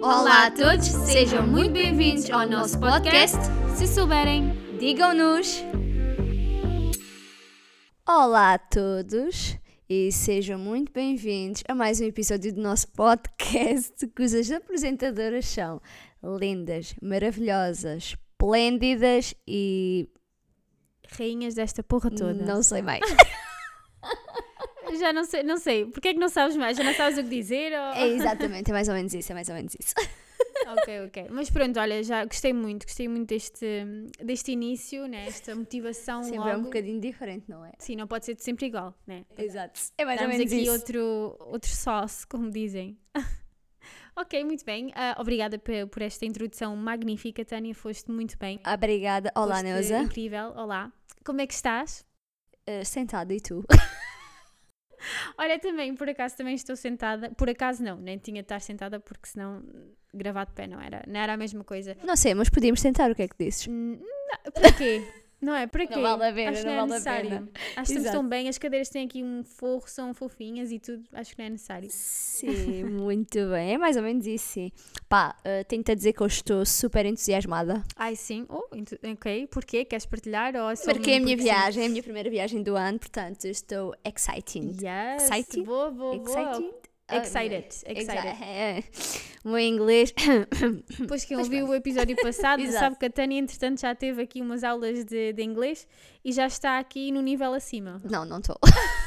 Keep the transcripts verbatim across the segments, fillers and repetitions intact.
Olá a todos, sejam muito bem-vindos ao nosso podcast. Se souberem, Digam-nos! Olá a todos e sejam muito bem-vindos a mais um episódio do nosso podcast, cujas apresentadoras são lindas, maravilhosas, esplêndidas e... rainhas desta porra toda. não sei mais. Já não sei, não sei. Porquê é que não sabes mais? Já não sabes o que dizer? Ou... É exatamente, é mais ou menos isso, é mais ou menos isso. Ok, ok. Mas pronto, olha, já gostei muito, gostei muito deste, deste início, né? Esta motivação Sempre logo. é um bocadinho diferente, não é? Sim, não pode ser sempre igual, né? Exato. É mais Damos ou menos aqui isso. outro, outro sauce, como dizem. Ok, muito bem. Uh, obrigada por, por esta introdução magnífica, Tânia. Foste muito bem. Obrigada. Olá, Foste Neuza. incrível. Olá. Como é que estás? Uh, sentada, e tu? Olha, também, por acaso, também estou sentada. Por acaso não, nem tinha de estar sentada porque senão gravar de pé não era, não era a mesma coisa. Não sei, mas podíamos tentar, o que é que dizes? Hum, Não, para quê? Não é? Para quê? Não vale a pena, Acho que não não é vale a necessário. pena. Acho que estamos Exato. tão bem, as cadeiras têm aqui um forro, são fofinhas e tudo. Acho que não é necessário. Sim, muito bem. É mais ou menos isso, sim. Pá, uh, tenho-te a dizer que eu estou super entusiasmada. Ai, sim. Oh, ent- ok. Porquê? Queres partilhar? Ou é só Porque é a mesmo minha porque sim? viagem, é a minha primeira viagem do ano, portanto eu estou excited. Yes. Excited? Boa, boa, boa. Excited? Excited. Ah, Excited. exa- é. O meu inglês... Depois que Mas ouviu o episódio passado, Exato. sabe que a Tânia, entretanto, já teve aqui umas aulas de, de inglês e já está aqui no nível acima. Não, não estou.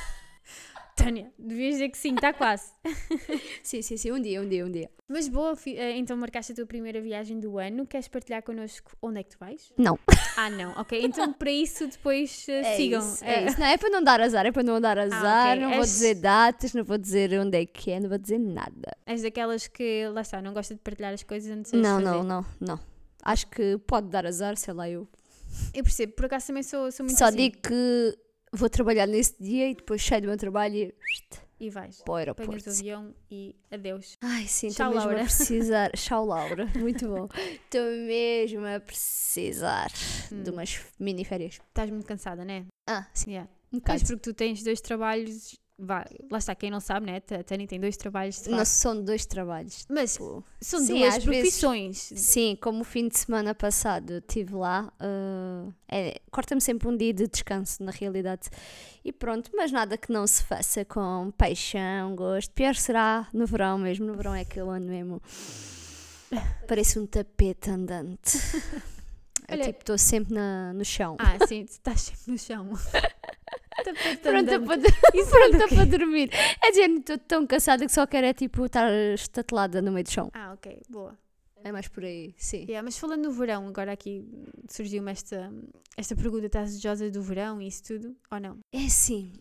Tânia, devias dizer que sim, está quase. Sim, sim, sim, um dia, um dia, um dia. Mas boa, fi- eh, então marcaste a tua primeira viagem do ano. Queres partilhar connosco onde é que tu vais? Não. Ah, não. Ok, então para isso depois eh, É sigam. isso, Eh, é isso. Não, é para não dar azar, é para não dar azar, ok. não vou És- dizer datas, não vou dizer onde é que é, não vou dizer nada. És daquelas que, lá está, não gosta de partilhar as coisas antes de as Não, fazer. não, não, não. Acho que pode dar azar, sei lá, eu Eu percebo, por acaso também sou, sou muito só assim. digo que vou trabalhar nesse dia e depois saio do meu trabalho e E vais. para o Apanhas aeroporto. o avião e adeus. Ai, sim, Tchau, estou mesmo Laura. a precisar. Tchau, Laura. Muito bom. Estou mesmo a precisar Hum. de umas mini férias. Estás muito cansada, né? Ah, sim, Yeah. um Pois, bocado. porque tu tens dois trabalhos. Vá, lá está, quem não sabe, né? A Tânia tem dois trabalhos de Não facto. são dois trabalhos. Mas Tipo, são sim, duas às vezes- profissões. Sim, como o fim de semana passado estive lá, ah, é, corta-me sempre um dia de descanso, na realidade. E pronto, mas nada que não se faça com paixão, gosto. Pior será no verão mesmo, no verão é aquele ano mesmo. Parece um tapete andante. Eu Olha- tipo, estou sempre na, no chão. Ah, sim, tu estás sempre no chão. Tapete Pronta andante. para, dur- Isso pronta para dormir. É dizer, estou tão cansada que só quero é tipo estar estatelada no meio do chão. Ah, ok, boa. É mais por aí, sim. Yeah, mas falando no verão, agora aqui surgiu-me esta, esta pergunta: estás desejosa do verão e isso tudo? Ou não? É assim,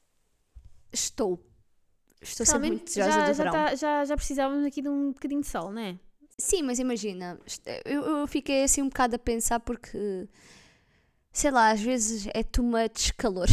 estou. Estou sempre Realmente, muito desejosa já, do já, verão. tá- já, já precisávamos aqui de um bocadinho de sol, não é? Sim, mas imagina, est- eu, eu fiquei assim um bocado a pensar porque, sei lá, às vezes é too much calor.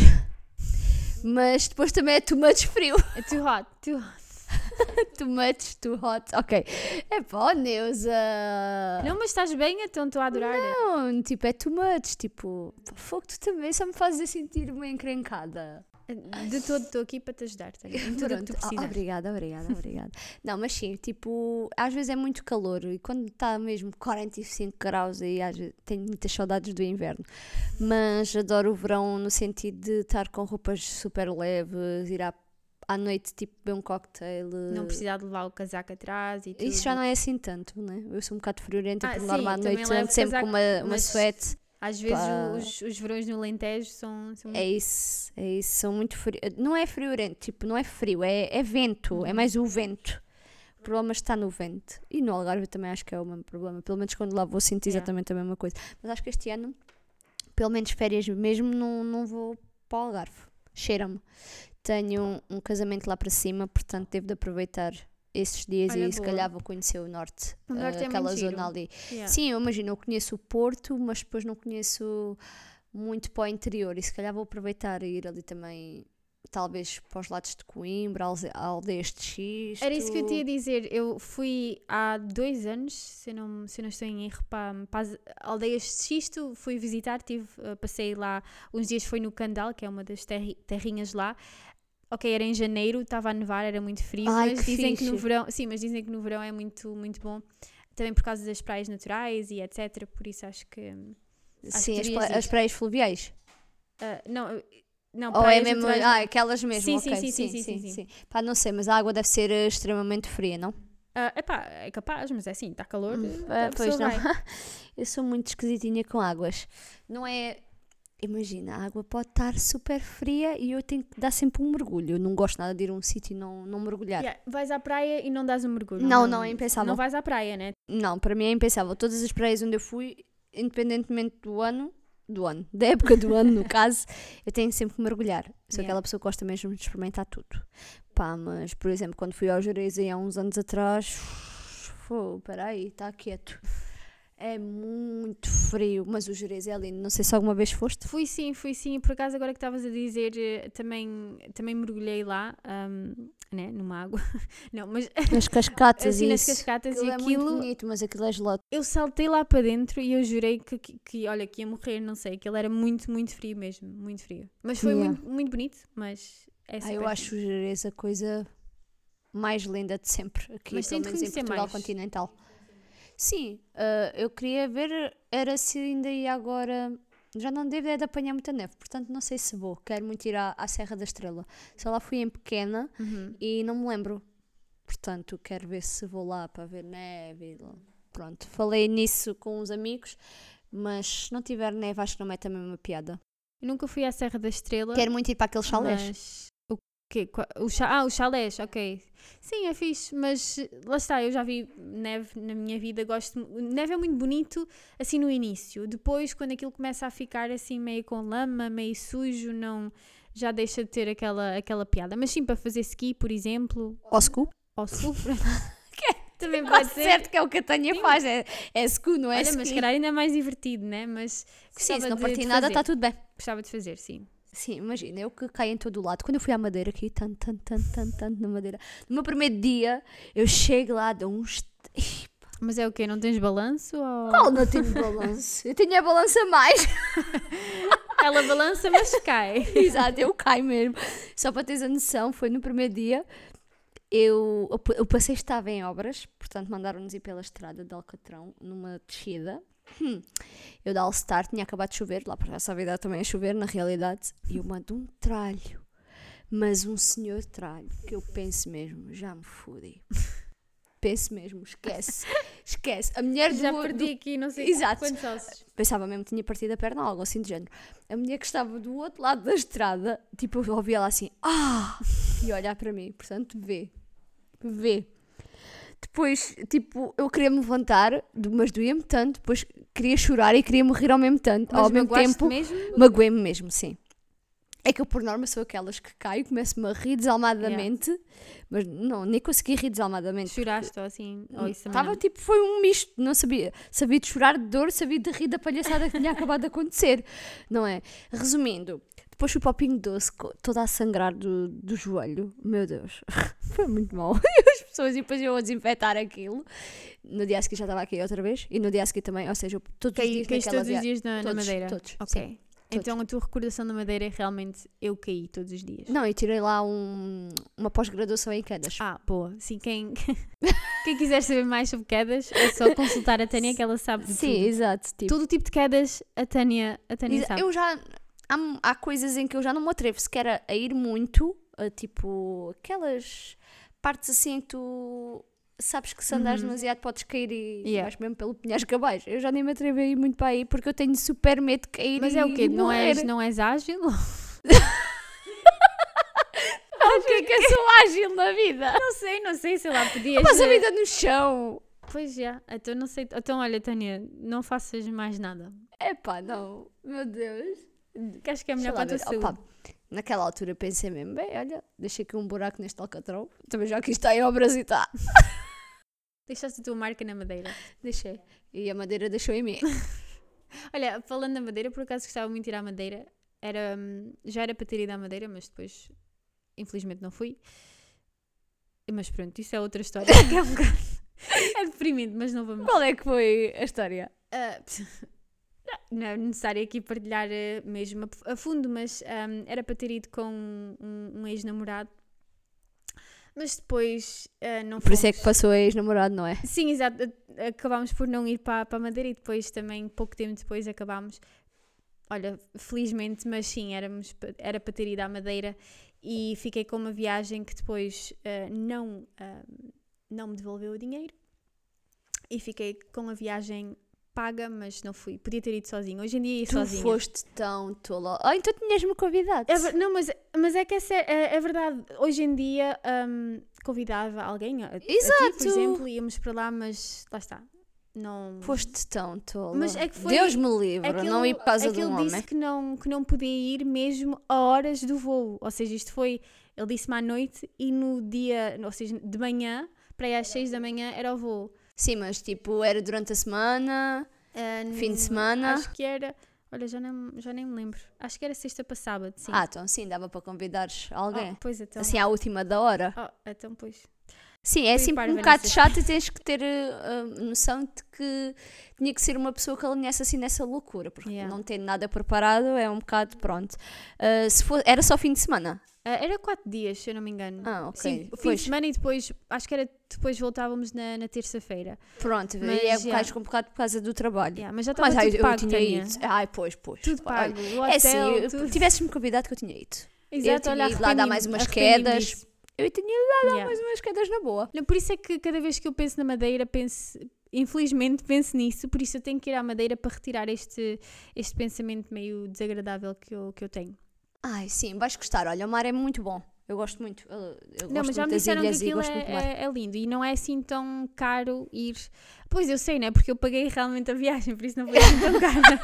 Mas depois também é too much frio. É too hot, too hot. Too much, too hot. Ok. É pá, Neuza. Não, mas estás bem, então estou a adorar. Não, tipo, é too much. Tipo, fogo, tu também só me fazes sentir uma encrencada. De todo estou aqui para te ajudar, Tânia, em tudo o que tu Pronto, precisas. oh, obrigada, obrigada, obrigada. Não, mas sim, tipo, às vezes é muito calor e quando está mesmo quarenta e cinco graus aí às vezes tenho muitas saudades do inverno. Mas adoro o verão no sentido de estar com roupas super leves, ir à, à noite tipo beber um cocktail. Não precisar de levar o casaco atrás e tudo. Isso já não é assim tanto, né? Eu sou um bocado friorenta, Ah, por sim, norma à também noite levo ando sempre casaco, com uma, uma mas- suéte. Às vezes Pá. os, os verões no Alentejo são, são É isso, é isso, são muito frio. Não é friorento, tipo, não é frio, é, é vento, é mais o vento. O problema está no vento. E no Algarve eu também acho que é o mesmo problema. Pelo menos quando lá vou sentir Yeah. exatamente a mesma coisa. Mas acho que este ano, pelo menos férias mesmo, não, não vou para o Algarve. Cheira-me. Tenho um, um casamento lá para cima, portanto devo de aproveitar esses dias Olha, e se boa. calhar vou conhecer o norte. O norte eh, é aquela muito zona giro. ali. Yeah. Sim, eu imagino, eu conheço o Porto, mas depois não conheço muito para o interior e se calhar vou aproveitar e ir ali também, talvez para os lados de Coimbra, alze- aldeias de Xisto. Era isso que eu te ia dizer. Eu fui há dois anos, se eu não, se eu não estou em erro, para, para as aldeias de Xisto. Fui visitar, tive, eh, passei lá uns dias. Foi no Candal, que é uma das terri- terrinhas lá. ok, era em janeiro, estava a nevar, era muito frio, Ai, mas que dizem que fixe. no verão, sim, mas dizem que no verão é muito, muito bom, também por causa das praias naturais e etcétera. Por isso acho que. Acho Sim, que as, devias pra- ir. as praias fluviais. Ah, não, não, Ou é praias mesmo. naturais. Ah, aquelas mesmo, Sim, sim, ok. sim, sim, sim, sim, sim, sim. Pá, não sei, mas a água deve ser eh, extremamente fria, não? Ah, epá, é capaz, mas é assim, está calor. Hum, a ah, pessoa pois não. vai. Eu sou muito esquisitinha com águas. Não é. Imagina, a água pode estar super fria e eu tenho que dar sempre um mergulho. Eu não gosto nada de ir a um sítio e não, não mergulhar. Yeah, vais à praia e não dás um mergulho. Não, não, é impensável. Não vais à praia, né? Não, para mim é impensável. Todas as praias onde eu fui, independentemente do ano, do ano, da época do ano, no caso, eu tenho sempre que mergulhar. Sou Yeah. aquela pessoa que gosta mesmo de experimentar tudo. Pá, mas, por exemplo, quando fui ao Jerez aí há uns anos atrás, pô, peraí, está quieto. É muito frio, mas o Jerez é lindo. Não sei se alguma vez foste. Fui sim, fui sim. Por acaso, agora que estavas a dizer, eh, também, também mergulhei lá, ahm, né, numa água. Não, mas Nas cascatas assim e nas isso. cascatas Aquilo e é muito aquilo. bonito, mas aquilo é gelado. Eu saltei lá para dentro e eu jurei que, que, que, olha, que ia morrer, não sei. Aquilo era muito, muito frio mesmo, muito frio. Mas foi Yeah. muito, muito bonito, mas é Ah, super eu acho o Jerez a coisa mais linda de sempre, aqui, Mas pelo tem de menos em conhecer Portugal mais. continental. Sim, ah, eu queria ver, era se ainda ia agora. Já não devo é de apanhar muita neve, portanto não sei se vou. Quero muito ir à, à Serra da Estrela. Só lá fui em pequena Uhum. e não me lembro. Portanto, quero ver se vou lá para ver neve. e lá. Pronto, falei nisso com uns amigos, mas se não tiver neve, acho que não é também uma piada. Eu nunca fui à Serra da Estrela. Quero muito ir para aqueles chalés. Mas o quê? Qua- O cha- ah, os chalés, ok. Sim, é fixe, mas lá está, eu já vi neve na minha vida, gosto. mu- Neve é muito bonito assim no início. Depois, quando aquilo começa a ficar assim meio com lama, meio sujo, não já deixa de ter aquela, aquela piada. Mas sim, para fazer ski, por exemplo, Ao Scoop. ou sul, também Ah, pode ser. certo que é o que a Tânia Sim. faz, é, é Scoop, não é Olha, ski. mas se calhar ainda é mais divertido, né? Mas Sim, gostava se não de, partir de nada, fazer. está tudo bem. Gostava de fazer, sim. Sim, imagina, eu que caio em todo o lado. Quando eu fui à Madeira aqui, tanto, tanto, tanto, tanto, tanto na Madeira. No meu primeiro dia, eu chego lá, dou uns... Mas é o quê? Não tens balanço? Ou... Qual não tenho balanço? Eu tinha a balança a mais. Ela balança, mas cai. Exato, eu caio mesmo. Só para teres a noção, foi no primeiro dia, eu, o pa- o passeio estava em obras, portanto mandaram-nos ir pela estrada de Alcatrão, numa descida. Hum, Eu da All-Star tinha acabado de chover, lá para essa vida também a chover, na realidade, e eu mando um tralho, mas um senhor tralho, que eu penso mesmo, já me fodi. Penso mesmo, esquece, esquece. A mulher do, Já do- perdi aqui, não sei Exato. quantos ossos. pensava mesmo que tinha partido a perna ou algo assim de género. A mulher que estava do outro lado da estrada, tipo, eu ouvia ela assim, ah! E olhar para mim, portanto, vê. Vê. Depois, tipo, eu queria me levantar, do- mas doía-me tanto, depois queria chorar e queria morrer ao mesmo tanto. Mas ao mesmo magoaste tempo, mesmo? magoei-me mesmo, sim. É que eu, por norma, sou aquelas que caio, começo-me a rir desalmadamente, mas não, nem consegui rir desalmadamente. Choraste ou assim? Ou isso também Estava não? tipo, foi um misto, não sabia. Sabia de chorar de dor, sabia de rir da palhaçada que tinha acabado de acontecer, não é? Resumindo, depois fui para o Pingo Doce, co- toda a sangrar do, do joelho, meu Deus, foi muito mal. E as pessoas, e depois eu a desinfetar aquilo. No dia a seguir já estava aqui outra vez, e no dia a seguir também, ou seja, eu todos os Caí, dias caíste naquela todos os via- dias na, na todos, Madeira? todos, Ok. sim, Então a tua recordação da Madeira é realmente eu caí todos os dias. Não, e tirei lá um- uma pós-graduação em quedas. Ah, boa. Sim, quem, quem quiser saber mais sobre quedas é só consultar a Tânia que ela sabe de Sim, tudo. exato. Tipo, Todo o tipo de quedas a Tânia, a Tânia Exa- sabe. Eu já. Há, há coisas em que eu já não me atrevo sequer a, a ir muito, a, tipo, aquelas partes assim que tu sabes que se andares Uhum. demasiado podes cair e Yeah. vais mesmo pelo penhasco abaixo. Eu já nem me atrevo a ir muito para aí porque eu tenho super medo de cair. Mas e é o quê? Não morrer. és, não és ágil? O que é que eu sou ágil na vida? Não sei, não sei, sei lá, podias... Mas a vida no chão. Pois já, então não sei. Então olha, Tânia, não faças mais nada. Epá, não. Meu Deus. Que acho que é Deixa melhor lá para a tua ver. saúde. Opa, naquela altura pensei mesmo, bem, olha, deixei aqui um buraco neste alcatrão. Também já que isto está em obras e está. Deixaste a tua marca na Madeira. Deixei. E a madeira deixou em mim. Olha, falando na Madeira, por acaso gostava muito de ir à Madeira. Era, hum, já era para ter ido à Madeira, mas depois, infelizmente, não fui. Mas pronto, isso é outra história. que é, um bocado- é deprimente, mas não vamos. Qual é que foi a história? Ah, Não é necessário aqui partilhar uh, mesmo a, a fundo, mas um, era para ter ido com um, um, um ex-namorado. Mas depois uh, não Por fomos. isso é que passou a ex-namorado, não é? Sim, exato. Acabámos por não ir para, para a Madeira e depois também, pouco tempo depois, acabámos. Olha, felizmente, mas sim, éramos, era para ter ido à Madeira e fiquei com uma viagem que depois uh, não, uh, não me devolveu o dinheiro e fiquei com a viagem paga, mas não fui. Podia ter ido sozinha. Hoje em dia ia Tu sozinha. foste tão tola. Ah, então tinhas-me convidado. É ver- não, mas, mas é que é, sé- é, é verdade. Hoje em dia um, convidava alguém, a, a ti, Exato. por exemplo, íamos para lá, mas lá está. Não... Foste tão tola. Mas é que foi- Deus me livre, É que não ele- ir por causa é de que um ele homem. disse que não, que não podia ir mesmo a horas do voo. Ou seja, isto foi... Ele disse-me à noite e no dia... Ou seja, de manhã, para aí às seis da manhã, era o voo. Sim, mas tipo, era durante a semana, Ah, fim no- de semana. Acho que era... Olha, já, não, já nem me lembro. Acho que era sexta para sábado, sim. Ah, então sim, dava para convidares alguém. Oh, pois então. Assim, à última da hora. Oh, então, pois. Sim, é Fui sempre parva um bocado nessas. chato e tens que ter uh, uh, noção de que tinha que ser uma pessoa que alinhasse assim nessa loucura, porque Yeah. não ter nada preparado é um bocado pronto. Uh, se for, era só fim de semana? Ah, era quatro dias, se eu não me engano. Ah, ok. Sim, fim Pois. de semana e depois, acho que era depois voltávamos na, na terça-feira. Pronto, Mas, e é um yeah. bocado complicado por causa do trabalho. Yeah, mas já estava Mas ai, tudo eu, pago, tinha Tânia. ido. Ai, pois, pois. Tudo Olha, pago. O é assim, hotel, eu- tudo. tivesses-me convidado que eu tinha ido. Exato, eu tinha olha, ido lá dar mais arrependi-me- umas arrependi-me quedas. disso. Eu tinha ido lá dar Yeah. mais umas quedas na boa. Não, por isso é que cada vez que eu penso na Madeira, penso, infelizmente penso nisso, por isso eu tenho que ir à Madeira para retirar este, este pensamento meio desagradável que eu, que eu tenho. Ai, sim, vais gostar. Olha, o mar é muito bom. Eu gosto muito. Eu, eu Não, gosto mas já muito me das disseram que ilhas e aquilo gosto muito do mar. é, é, é lindo e não é assim tão caro ir. Pois eu sei, né? Porque eu paguei realmente a viagem, por isso não foi assim tão cara.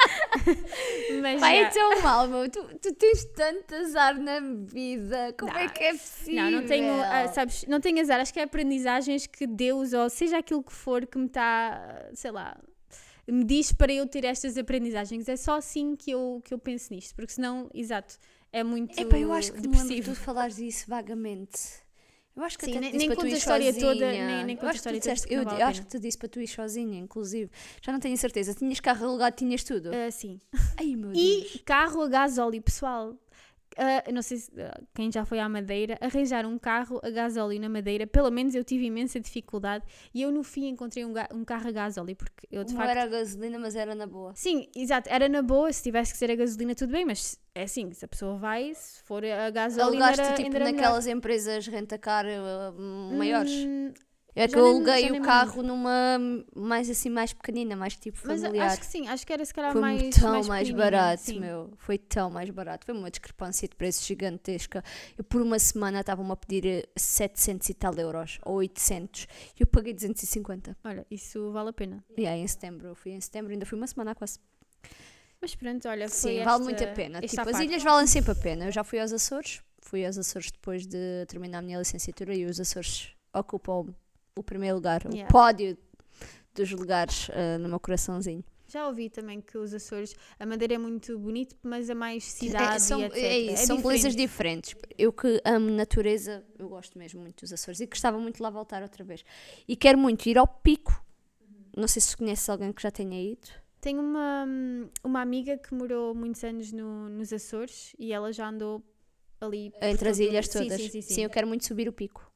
Mas Vai, já- é tão mal, meu. Tu, tu tens tanto azar na vida. Como Não, é que é possível? Não, não tenho, ah, sabes, não tenho azar. Acho que é aprendizagens que Deus, ou seja aquilo que for, que me está, sei lá, me diz para eu ter estas aprendizagens. É só assim que eu, que eu penso nisto, porque senão, exato, é muito Epá, eu acho que me lembro de depressivo. tu falares isso vagamente. Eu acho que Sim, até nem- te disse nem para tu conto a ir história sozinha. toda, nem- nem Eu conto a acho que tu história toda, disseste- porque eu, não vale eu a acho que pena. te disse para tu ir sozinha, inclusive. Já não tenho a certeza. Tinhas carro alugado, tinhas tudo. Ah, sim. Ai, meu Deus. E carro a gasóleo, pessoal. Ah, não sei se ah, quem já foi à Madeira, arranjar um carro a gasóleo na Madeira, pelo menos eu tive imensa dificuldade e eu no fim encontrei um, ga- um carro a gasóleo, porque eu de Não facto... era a gasolina, mas era na boa. Sim, exato, era na boa, se tivesse que ser a gasolina tudo bem, mas é assim, se a pessoa vai, se for a gasóleo ainda Alugaste era, tipo ainda era melhor. naquelas empresas renta-car uh, maiores. Hum, É já que eu nem- aluguei já nem o me carro numa mais assim, mais pequenina, mais tipo mas familiar. acho que sim, acho que era se calhar Foi mais tão mais, mais, pequenininha, barato, sim. meu. Foi tão mais barato. Foi uma discrepância de preço gigantesca. Eu por uma semana estavam-me a pedir eh, setecentos e tal euros, ou oitocentos. E eu paguei duzentos e cinquenta. Olha, isso vale a pena. E aí em setembro, eu fui em setembro, ainda fui uma semana quase. Mas pronto, olha, foi Sim, esta, vale muito a pena. esta Tipo, as parte. ilhas valem sempre a pena. Eu já fui aos Açores, fui aos Açores depois de terminar a minha licenciatura e os Açores ocupam o primeiro lugar, Yeah. o pódio dos lugares eh, no meu coraçãozinho. Já ouvi também que os Açores, a Madeira é muito bonito, mas é mais cidade É, são, e etcétera. é isso, são belezas diferentes. Eu que amo natureza, eu gosto mesmo muito dos Açores e gostava muito de lá voltar outra vez. E quero muito ir ao Pico. Não sei se conheces alguém que já tenha ido. Tenho uma, uma amiga que morou muitos anos no, nos Açores e ela já andou ali por Entre as todo- ilhas Sim, todas. Sim, sim, sim. eu quero muito subir o Pico.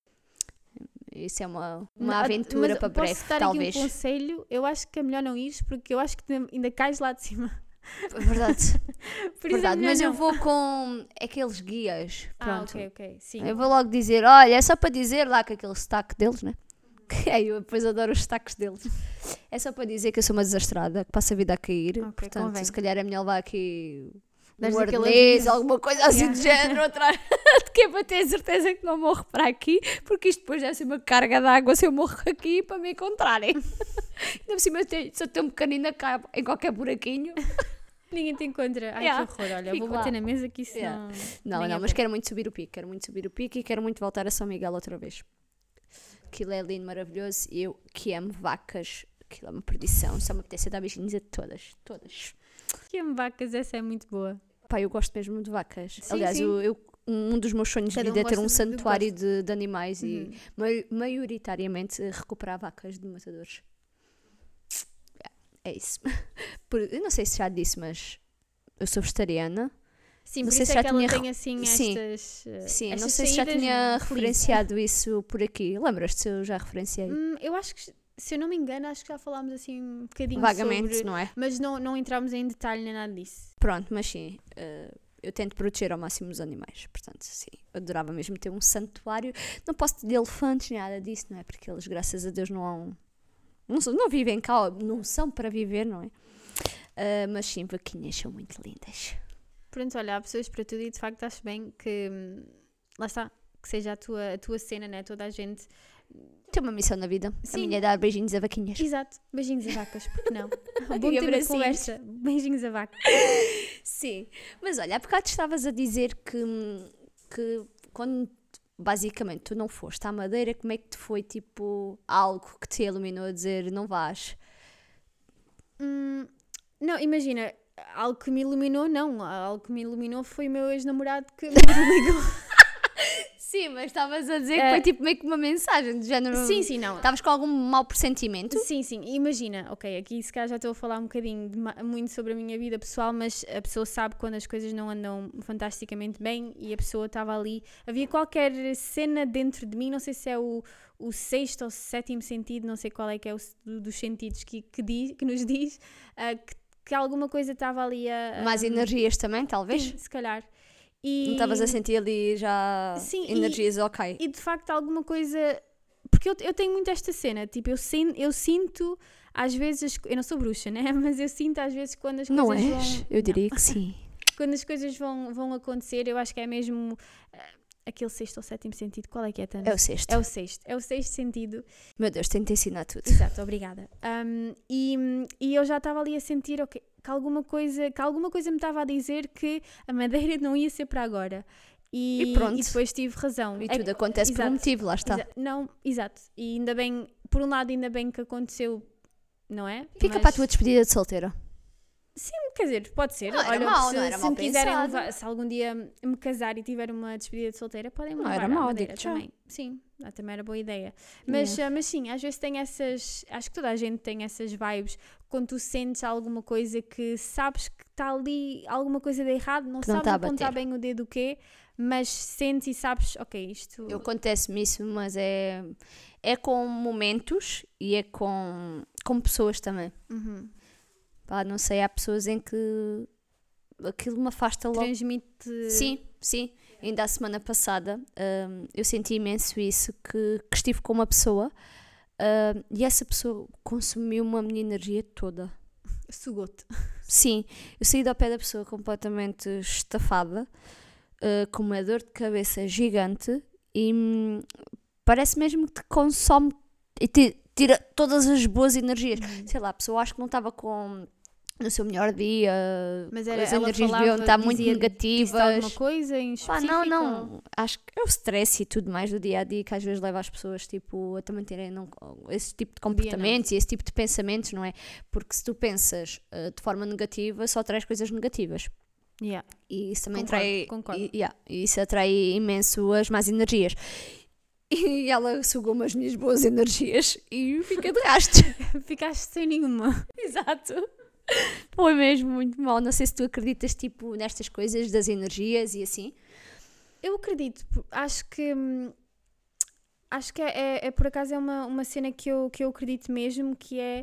Isso é uma, Não, uma a- aventura mas para breve, posso dar talvez. aqui um conselho? Eu acho que é melhor não ires porque eu acho que te- ainda cais lá de cima. É verdade. Por isso é verdade. melhor Mas eu não. vou com aqueles guias. Ah, Pronto. ok, ok. Sim. Eu vou logo dizer, olha, é só para dizer lá com aquele sotaque deles, né? É, eu depois adoro os sotaques deles. É só para dizer que eu sou uma desastrada, que passo a vida a cair. Ok, Portanto, convém. se calhar é melhor levar aqui um Dares aquele arnês, aviso. alguma coisa assim Yeah. de género atrás. De que é para ter certeza que não morro para aqui, porque isto depois deve ser uma carga de água se eu morro aqui para me encontrarem. Ainda por cima, eu tenho- sou tão pequenina que cabe em qualquer buraquinho. Ninguém te encontra. Ai, Yeah. que horror. Olha, Fico vou bater lá. na mesa que isso Yeah. não... Não, nem não, é mas bom. quero muito subir o pico, quero muito subir o pico e quero muito voltar a São Miguel outra vez. Aquilo é lindo, maravilhoso e eu que amo vacas, aquilo é uma perdição, só me apetece dar beijinhos a todas, todas. Que amo vacas, essa é muito boa. Pá, eu gosto mesmo de vacas. Sim, Aliás, sim. Eu, eu- um dos meus sonhos Cada de um vida é ter gosta um do- do santuário gosto. de, de animais Uhum. e mai- maioritariamente eh, recuperar vacas de matadores. é isso. Por, eu não sei se já disse, mas eu sou vegetariana. Sim, não por sei isso se é já que ela tinha... tem assim Sim, estas. uh, sim, estas não sei se já saídas tinha felizes. referenciado isso por aqui. Lembras-te se eu já referenciei? Hum, eu acho que, se eu não me engano, acho que já falámos assim um bocadinho Vagamente, sobre. não é? Mas não, não entramos em detalhe nem nada disso. Pronto, mas sim, uh, eu tento proteger ao máximo os animais. Portanto, sim, eu adorava mesmo ter um santuário. Não posso ter elefantes, nem nada disso, não é? Porque eles, graças a Deus, não hão... Não, são- não vivem cá, não são para viver, não é? Uh, mas sim, vaquinhas são muito lindas. Pronto, olha, há pessoas para tudo e de facto acho bem que. hum, Lá está, que seja a tua, a tua cena, né? Toda a gente. Tem uma missão na vida. A Sim. minha é dar beijinhos a vaquinhas. Exato, beijinhos a vacas, porque não? E Bom tema de abracinhos. conversa, beijinhos a vacas. Sim, mas olha, há bocado estavas a dizer que, que quando basicamente tu não foste à Madeira, como é que te foi tipo algo que te iluminou a dizer não vás? Hum, não, imagina, algo que me iluminou, não. Algo que me iluminou foi o meu ex-namorado que me ligou. Sim, mas estavas a dizer que Eh, foi tipo meio que uma mensagem de género. Sim, sim, não. Estavas com algum mau pressentimento? Sim, sim, imagina, ok, aqui se calhar já estou a falar um bocadinho de ma- muito sobre a minha vida pessoal, mas a pessoa sabe quando as coisas não andam fantasticamente bem e a pessoa estava ali. Havia qualquer cena dentro de mim, não sei se é o, o sexto ou sétimo sentido, não sei qual é que é o s- do- dos sentidos que, que, diz, que nos diz, ah, que, que alguma coisa estava ali a. a- Mais energias também, talvez? Sim, se calhar. E, Não estavas a sentir ali já Sim, e- energias ok? e de facto alguma coisa. Porque eu, eu tenho muito esta cena, tipo, eu, sin, eu sinto às vezes. as co- Eu não sou bruxa, né? Mas eu sinto às vezes quando as Não coisas és? vão. Eu Não. diria que sim. Quando as coisas vão, vão acontecer, eu acho que é mesmo ah, aquele sexto ou sétimo sentido. Qual é que é, Tânia? É o sexto. É o sexto. É o sexto sentido. Meu Deus, tenho de te ensinar tudo. Exato, obrigada. Um, e, e eu já estava ali a sentir ok, que, alguma coisa, que alguma coisa me estava a dizer que a Madeira não ia ser para agora. E, E pronto. e depois tive razão. E É- tudo acontece por um exato. motivo, lá está. Exa- não, exato. E ainda bem, por um lado, ainda bem que aconteceu, não é? Fica Mas- para a tua despedida de solteira. Quer dizer, pode ser. Não era Olha, mau, se, não era se mal me quiserem pensado. levar, se algum dia me casar e tiver uma despedida de solteira, podem me Não levar era à mau, Madeira digo-te já. também. Sim, ah, também era boa ideia. Mas, ah, mas sim, às vezes tem essas. Acho que toda a gente tem essas vibes quando tu sentes alguma coisa que sabes que está ali alguma coisa de errado, não Que não sabes tá a apontar bater. bem o dedo o quê, mas sentes e sabes, ok, isto. Eu acontece-me isso, mas é, é com momentos e é com, com pessoas também. Uhum. Pá, não sei, há pessoas em que aquilo me afasta logo. Transmite. Sim, sim. Ainda a semana passada hum, eu senti imenso isso, que, que estive com uma pessoa hum, e essa pessoa consumiu-me a minha energia toda. Sugou-te. Sim, eu saí do pé da pessoa completamente estafada, uh, com uma dor de cabeça gigante e hum, parece mesmo que te consome e te tira todas as boas energias. Sei lá, a pessoa acho que não estava com no seu melhor dia, Mas era, as ela energias falava, deviam estar muito dizia- disse-te negativas. alguma coisa em Pá, específico? não, ou- não, acho que é o stress e tudo mais do dia a dia que às vezes leva as pessoas tipo, a também terem não, esse tipo de comportamentos e esse tipo de pensamentos, não é? Porque se tu pensas uh, de forma negativa, só traz coisas negativas. Yeah. E isso também Concordo, atrai, concordo. E, yeah, e isso atrai imenso as más energias. E ela sugou-me as minhas boas energias e fica de rastro. Ficaste sem nenhuma. Exato. Foi mesmo muito mal. Não sei se tu acreditas tipo nestas coisas das energias e assim. Eu acredito, por- acho que hum, acho que é, é- é, por acaso é uma, uma cena que eu, que eu acredito mesmo, que é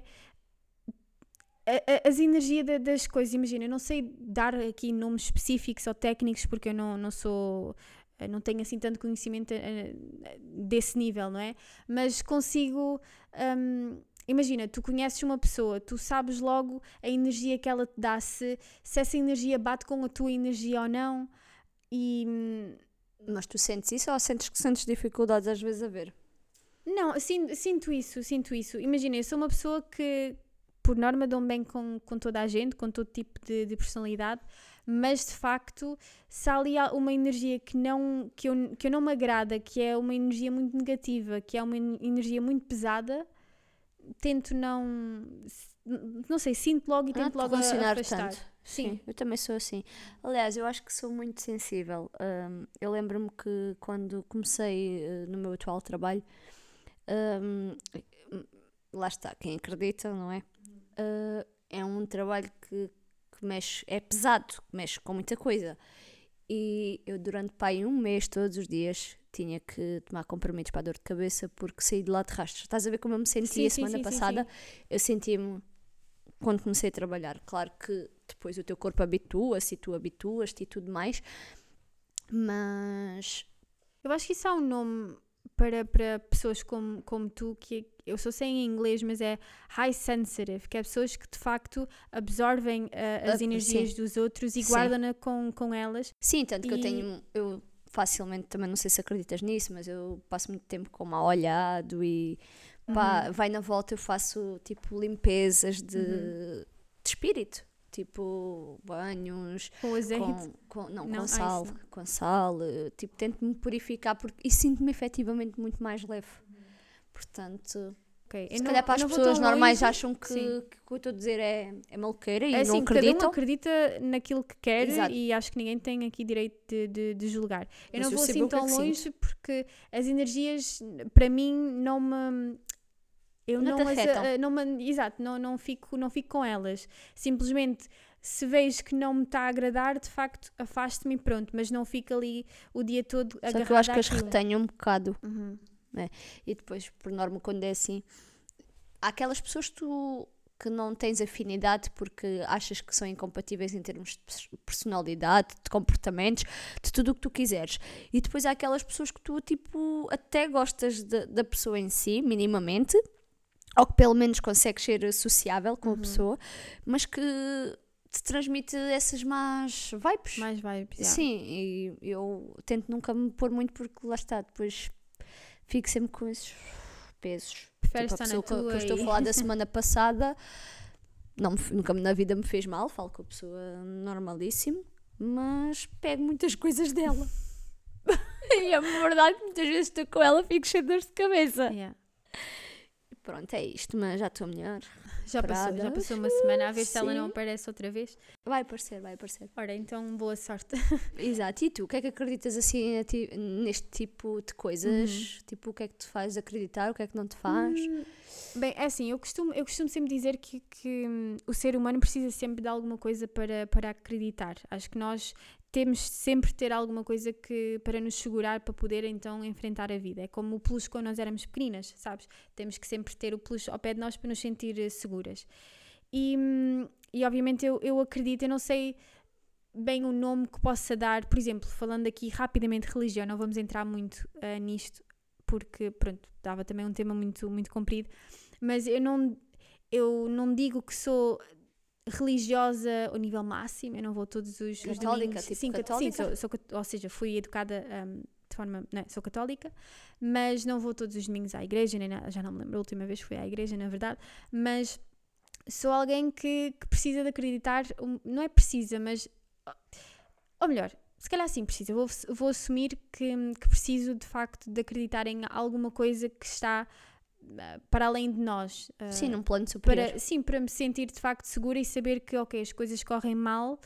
a- a- as energias da- das coisas. Imagina, eu não sei dar aqui nomes específicos ou técnicos porque eu não, não sou, eh, não tenho assim tanto conhecimento eh, desse nível, não é? Mas consigo, hum, imagina, tu conheces uma pessoa, tu sabes logo a energia que ela te dá, se, se essa energia bate com a tua energia ou não. E hum, Mas tu sentes isso ou sentes que sentes dificuldades às vezes a ver? não, sinto, sinto isso, sinto isso. Imagina, eu sou uma pessoa que, por norma, dou-me bem com, com toda a gente, com todo tipo de, de personalidade, mas de facto, se há ali uma energia que, não, que, eu, que eu não me agrada, que é uma energia muito negativa, que é uma en- energia muito pesada, tento não. Não sei, sinto logo e Não tento te logo a- relacionar afastar. tanto. Sim. Sim, eu também sou assim. Aliás, eu acho que sou muito sensível. Hum, eu lembro-me que quando comecei eh, no meu atual trabalho, hum, lá está, quem acredita, não é? Uh, um trabalho que, que mexe, é pesado, que mexe com muita coisa. E eu durante pá, um mês, todos os dias, tinha que tomar comprimidos para a dor de cabeça porque saí de lá de rastros. Estás a ver como eu me senti Sim, a sim, semana sim, sim, passada? sim. Eu senti-me quando comecei a trabalhar. Claro que depois o teu corpo habitua-se e tu habituas-te e tudo mais, mas Eu acho que isso há um nome para, para pessoas como, como tu, que eu só sei em inglês, mas é high sensitive, que é pessoas que de facto absorvem uh, as Ah, energias sim. dos outros e Sim. guardam-na com, com elas. Sim, tanto que eu E- tenho, eu facilmente, também não sei se acreditas nisso, mas eu passo muito tempo com mal olhado e pá, vai na volta eu faço tipo limpezas de, Uhum. de espírito, tipo banhos Com azeite. com, com- não, Não, com ah, sal, isso não. com sal, eh, tipo tento-me purificar porque, e sinto-me efetivamente muito mais leve. Portanto, Ok. Eu se não, calhar para eu as não vou pessoas tão normais longe. acham que, Sim. que o que eu estou a dizer é, é maluqueira e É não assim, cada um acreditam. acredita naquilo que quer Exato. e acho que ninguém tem aqui direito de, de, de julgar. Eu Mas não eu vou sei assim bem o que é tão que longe sinto. porque as energias, para mim, não me. Eu Não não, te as, afetam. ah, não me, exato, não, não, fico, não fico com elas. Simplesmente, se vejo que não me está a agradar, de facto, afasto-me e pronto, mas não fico ali o dia todo Só que eu acho agarrada que as àquilo. retenho um bocado. Uhum. E depois, por norma, quando é assim, há aquelas pessoas que tu que não tens afinidade porque achas que são incompatíveis em termos de pers- personalidade, de comportamentos, de tudo o que tu quiseres. E depois há aquelas pessoas que tu, tipo, até gostas de- da pessoa em si, minimamente, ou que pelo menos consegues ser sociável com a Uhum. pessoa, mas que te transmite essas más vibes. Mais vibes, yeah. Sim, e eu tento nunca me pôr muito porque lá está, depois fico sempre com esses pesos. Preferes Tipo, a estar na pessoa que, que eu tua estou a e... falar da semana passada não me- nunca na vida me fez mal, falo com a pessoa normalíssimo, mas pego muitas coisas dela. E é verdade que muitas vezes estou com ela e fico cheia de dores de cabeça. Yeah. E pronto, é isto, mas já estou melhor. Já passou, já Paradas. passou uma semana, a ver se ela Sim. não aparece outra vez. Vai aparecer, vai aparecer. Ora, então boa sorte. Exato, e tu, o que é que acreditas assim a ti- neste tipo de coisas? Tipo, o que é que te faz acreditar, o que é que não te faz? Hum, Bem, é assim, eu costumo, eu costumo sempre dizer que, que hum, o ser humano precisa sempre de alguma coisa para, para acreditar. Acho que nós temos sempre de ter alguma coisa que, para nos segurar, para poder então enfrentar a vida. É como o peluche quando nós éramos pequeninas, sabes? Temos que sempre ter o peluche ao pé de nós para nos sentir eh, seguras. E, hum, e obviamente eu, eu acredito, eu não sei bem o nome que possa dar, por exemplo, falando aqui rapidamente de religião, não vamos entrar muito uh, nisto, porque, pronto, dava também um tema muito, muito comprido, mas eu não, eu não digo que sou religiosa ao nível máximo, eu não vou todos os, os Católica, domingos. tipo sim, cat- católica? sim sou, sou, cat- ou seja, fui educada um, de forma, não, sou católica, mas não vou todos os domingos à igreja, nem nada, já não me lembro a última vez que fui à igreja, na verdade, mas sou alguém que, que precisa de acreditar, um, não é precisa, mas, ou melhor, se calhar sim precisa, vou, vou assumir que, que preciso de facto de acreditar em alguma coisa que está uh, para além de nós. uh, Sim, num plano superior. para, sim, para me sentir de facto segura e saber que, ok, as coisas correm mal,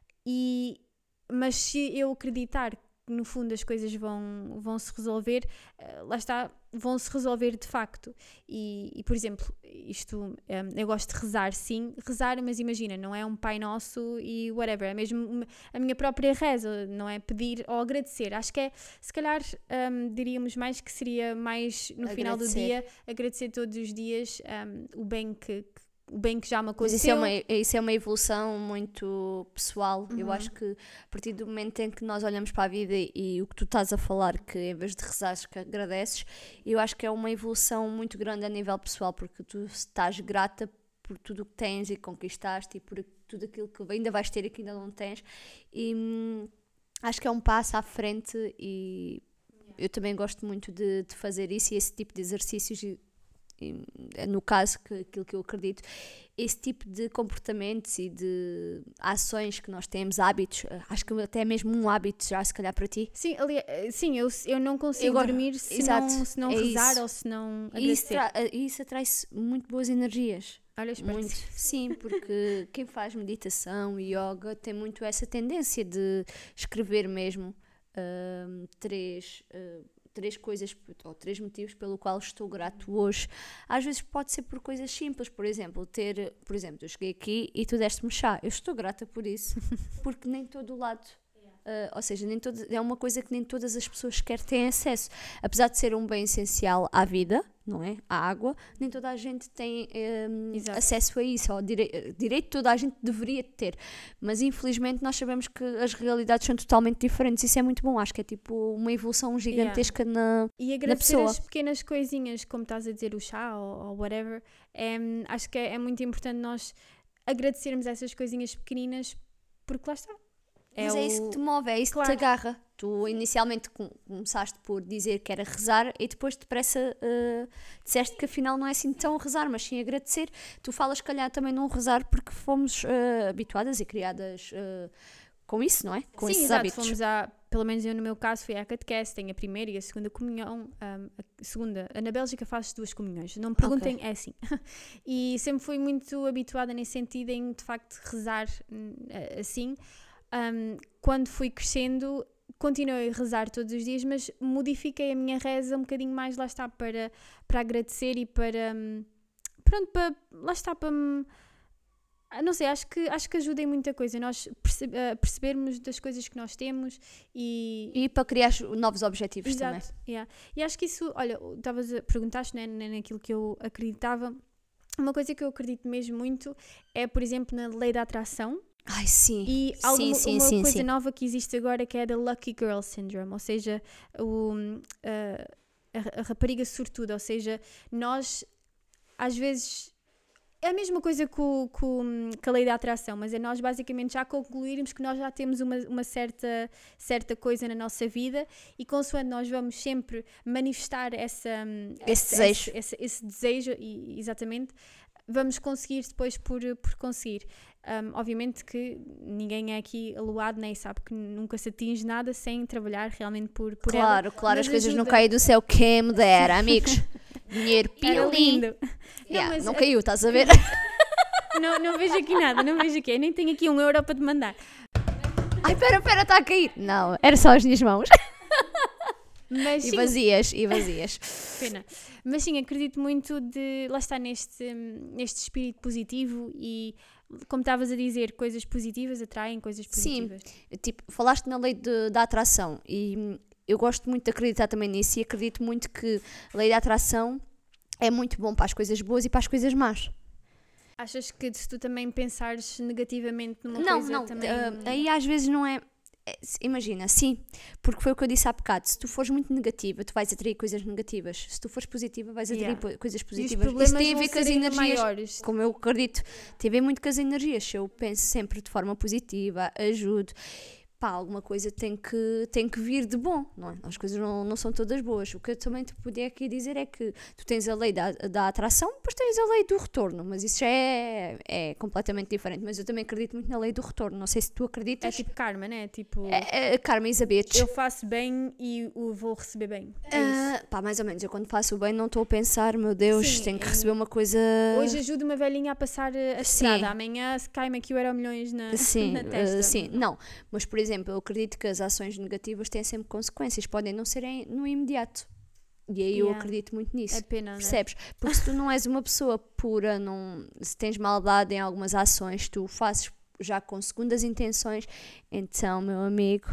e, mas se eu acreditar que no fundo as coisas vão, vão se resolver, uh, lá está, vão se resolver de facto. E, e por exemplo, isto, um, eu gosto de rezar, sim, rezar, mas imagina, não é um Pai Nosso e whatever, é mesmo uma, a minha própria reza, não é pedir ou agradecer. Acho que é, se calhar, um, diríamos mais que seria mais no Agradecer. final do dia, agradecer todos os dias um, o bem que, que o bem que já me Mas aconteceu. isso é, uma, isso é uma evolução muito pessoal. Uhum. Eu acho que a partir do momento em que nós olhamos para a vida e, e o que tu estás a falar, que em vez de rezares que agradeces, eu acho que é uma evolução muito grande a nível pessoal, porque tu estás grata por tudo o que tens e conquistaste e por tudo aquilo que ainda vais ter e que ainda não tens. E hum, acho que é um passo à frente e eu também gosto muito de, de fazer isso e esse tipo de exercícios. E, E, no caso, que, aquilo que eu acredito, esse tipo de comportamentos e de ações que nós temos, hábitos, acho que até mesmo um hábito já, se calhar para ti. Sim, ali, sim eu, eu não consigo Agora, dormir se exato, não, se não é rezar isso. ou se não E isso, agradecer. tra- isso atrai-se muito boas energias. Olha, espero Muito, que sim. sim, porque quem faz meditação e yoga tem muito essa tendência de escrever mesmo hum, três, hum, três coisas ou três motivos pelo qual estou grato hoje. Às vezes pode ser por coisas simples, por exemplo, ter, por exemplo, eu cheguei aqui e tu deste-me chá, eu estou grata por isso, porque nem todo o lado, uh, ou seja, nem todo, é uma coisa que nem todas as pessoas sequer têm acesso, apesar de ser um bem essencial à vida, não é? A água, nem toda a gente tem um, acesso a isso, ou dire- direito toda a gente deveria ter, mas infelizmente nós sabemos que as realidades são totalmente diferentes, isso é muito bom, acho que é tipo uma evolução gigantesca yeah. na, e agradecer na pessoa. as pequenas coisinhas, como estás a dizer, o chá ou, ou whatever, é, acho que é, é muito importante nós agradecermos essas coisinhas pequeninas, porque lá está. É Mas o... é isso que te move, é isso claro. que te agarra. Tu inicialmente começaste por dizer que era rezar e depois depressa uh, disseste que afinal não é assim tão rezar, mas sim agradecer. Tu falas, calhar, também não rezar porque fomos uh, habituadas e criadas uh, com isso, não é? Com sim, esses exato. hábitos. Fomos a, pelo menos eu no meu caso, fui à catequese, tenho a primeira e a segunda comunhão. Um, a segunda, na Bélgica fazes duas comunhões, não me perguntem, okay. é assim. E sempre fui muito habituada nesse sentido em, de facto, rezar assim. Um, quando fui crescendo, continuei a rezar todos os dias, mas modifiquei a minha reza um bocadinho mais, lá está, para, para agradecer e para, pronto, para, lá está, para, não sei, acho que, acho que ajuda em muita coisa, nós perce, uh, percebermos das coisas que nós temos e... E para criar novos objetivos. Exato, também. Yeah. E acho que isso, olha, estavas a perguntar-te, né, naquilo que eu acreditava, uma coisa que eu acredito mesmo muito é, por exemplo, na lei da atração. Ai, sim. E algo, sim, sim, uma sim, coisa sim. nova que existe agora que é a Lucky Girl Syndrome, ou seja, o, a, a, a rapariga sortuda, ou seja, nós às vezes é a mesma coisa com, com, com a lei da atração, mas é nós basicamente já concluirmos que nós já temos uma, uma certa, certa coisa na nossa vida e consoante nós vamos sempre manifestar essa, esse, essa, desejo. Esse, esse, esse desejo, e, exatamente, vamos conseguir depois por, por conseguir. Um, obviamente que ninguém é aqui aluado, nem sabe que nunca se atinge nada sem trabalhar realmente por, por claro, ela. Claro, as coisas não caem do céu, quem me dera, amigos. Dinheiro pilim. Não, yeah, mas não caiu, estás a ver? não, não vejo aqui nada, não vejo aqui, eu nem tenho aqui um euro para te mandar. Ai, pera, pera, está a cair. Não, era só as minhas mãos. Mas, e sim, vazias, e vazias. Pena. Mas sim, acredito muito de, lá está, neste, neste espírito positivo e, como estavas a dizer, coisas positivas atraem coisas positivas. Sim, tipo, falaste na lei de, da atração e eu gosto muito de acreditar também nisso e acredito muito que a lei da atração é muito bom para as coisas boas e para as coisas más. Achas que se tu também pensares negativamente numa não, coisa não, também... Não, uh, aí às vezes não é... Imagina, sim, porque foi o que eu disse há bocado, se tu fores muito negativa, tu vais atrair coisas negativas, se tu fores positiva, vais atrair yeah. coisas positivas. E os problemas isso tem a ver com as energias, maiores. Como eu acredito, tem a ver muito com as energias, se eu penso sempre de forma positiva, ajudo, pá, alguma coisa tem que, tem que vir de bom, não é? As coisas não, não são todas boas. O que eu também te podia aqui dizer é que tu tens a lei da, da atração, depois tens a lei do retorno, mas isso já é, é completamente diferente. Mas eu também acredito muito na lei do retorno, não sei se tu acreditas. É tipo karma, né? Tipo, é, é, karma is a bitch. Eu faço bem e o vou receber bem. É uh, isso. Pá, mais ou menos, eu quando faço o bem não estou a pensar, meu Deus, Sim, tenho que receber uma coisa... Hoje ajudo uma velhinha a passar a estrada, amanhã cai-me aqui o euro milhões na, sim, na testa. Uh, sim, não, mas por exemplo, eu acredito que as ações negativas têm sempre consequências, podem não serem no imediato. E aí yeah. eu acredito muito nisso. É pena, percebes? Né? Porque se tu não és uma pessoa pura, não, se tens maldade em algumas ações, tu fazes já com segundas intenções, então, meu amigo,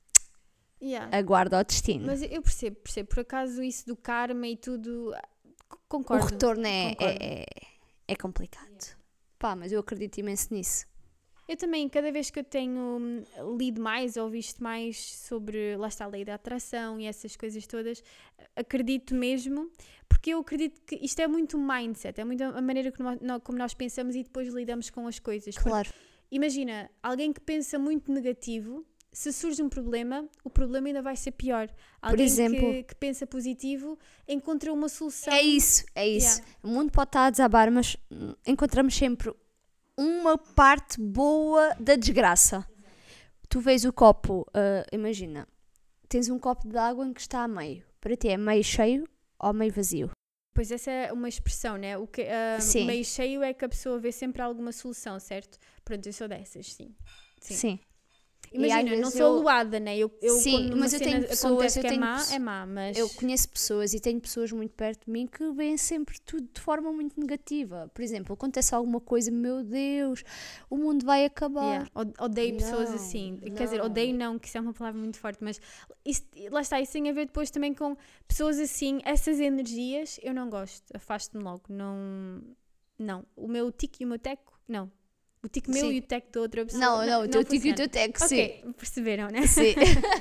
yeah. aguarda o destino. Mas eu percebo, percebo. Por acaso isso do karma e tudo, concordo. O retorno é, concordo. é, é complicado. Yeah. Pá, mas eu acredito imenso nisso. Eu também, cada vez que eu tenho lido mais ou visto mais sobre, lá está, a lei da atração e essas coisas todas, acredito mesmo, porque eu acredito que isto é muito mindset, é muito a maneira como nós pensamos e depois lidamos com as coisas. Claro. Porque, imagina, alguém que pensa muito negativo, se surge um problema, o problema ainda vai ser pior. Alguém Por exemplo, que, que pensa positivo encontra uma solução. É isso, é isso. Yeah. O mundo pode estar a desabar, mas encontramos sempre uma parte boa da desgraça. Tu vês o copo, uh, imagina, tens um copo de água em que está a meio. Para ti é meio cheio ou meio vazio? Pois essa é uma expressão, né? O que, uh, meio cheio é que a pessoa vê sempre alguma solução, certo? Pronto, eu sou dessas, sim. Sim. sim. Imagina, não vezes sou eu- aloada, né? Eu, eu, Sim, quando uma mas eu cena tenho pessoas, acontece eu que é tenho má, pesso- é má, mas... Eu conheço pessoas e tenho pessoas muito perto de mim que veem sempre tudo de forma muito negativa. Por exemplo, acontece alguma coisa, meu Deus, o mundo vai acabar. Yeah, od- Odeio pessoas Não, assim. Quer dizer, não. odeio não, que isso é uma palavra muito forte, mas isso, lá está, isso tem a ver depois também com pessoas assim, essas energias, eu não gosto, afasto-me logo. Não, não. O meu tico e o meu teco, não. O tico meu Sim. e o teco da outra pessoa. Não, não, o teu tico e o funciona. teu teco, sim. Ok, perceberam, né? Sim.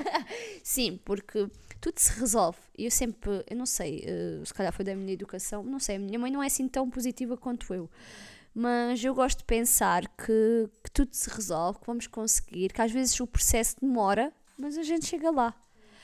Sim, porque tudo se resolve. E eu sempre, eu não sei, eh, se calhar foi da minha educação, não sei, a minha mãe não é assim tão positiva quanto eu. Mas eu gosto de pensar que, que tudo se resolve, que vamos conseguir, que às vezes o processo demora, mas a gente chega lá.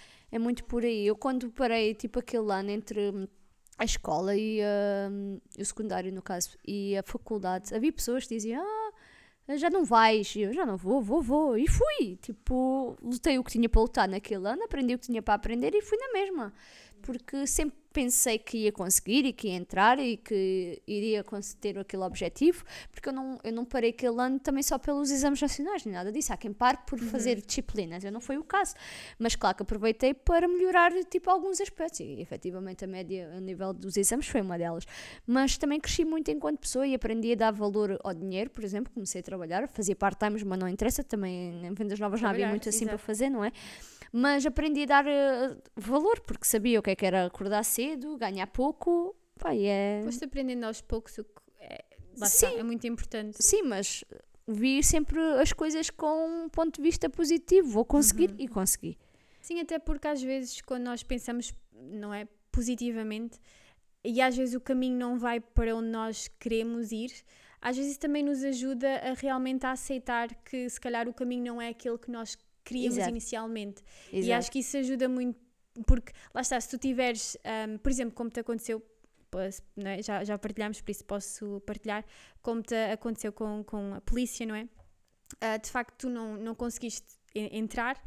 É muito por aí. Eu quando parei, tipo aquele ano entre a escola e hum, o secundário, no caso, e a faculdade, havia pessoas que diziam, ah, já não vais, e eu já não vou, vou, vou, e fui, tipo, lutei o que tinha para lutar naquele ano, aprendi o que tinha para aprender e fui na mesma, porque sempre pensei que ia conseguir e que ia entrar e que iria cons- ter aquele objetivo, porque eu não, eu não parei aquele ano também só pelos exames nacionais, nem nada disso, há quem pare por fazer disciplinas, eu não foi o caso, mas claro que aproveitei para melhorar tipo alguns aspectos e efetivamente a média a nível dos exames foi uma delas, mas também cresci muito enquanto pessoa e aprendi a dar valor ao dinheiro, por exemplo, comecei a trabalhar, fazia part-times, mas não interessa, também em vendas novas não havia Trabalhar, muito assim exato. para fazer, não é? Mas aprendi a dar eh, valor, porque sabia o que é que era acordar cedo, ganhar pouco, pá, e é... Foste aprendendo aos poucos o que é, lá Sim. está, é muito importante. Sim, mas vi sempre as coisas com um ponto de vista positivo, vou conseguir e consegui. Sim, até porque às vezes quando nós pensamos, não é, positivamente, e às vezes o caminho não vai para onde nós queremos ir, às vezes isso também nos ajuda a realmente a aceitar que se calhar o caminho não é aquele que nós queríamos Exato. inicialmente. E Exato. acho que isso ajuda muito, porque lá está, se tu tiveres, um, por exemplo, como te aconteceu, pois, não é? já, já partilhámos, por isso posso partilhar, como te aconteceu com, com a polícia, não é? Ah, de facto tu não, não conseguiste en- entrar,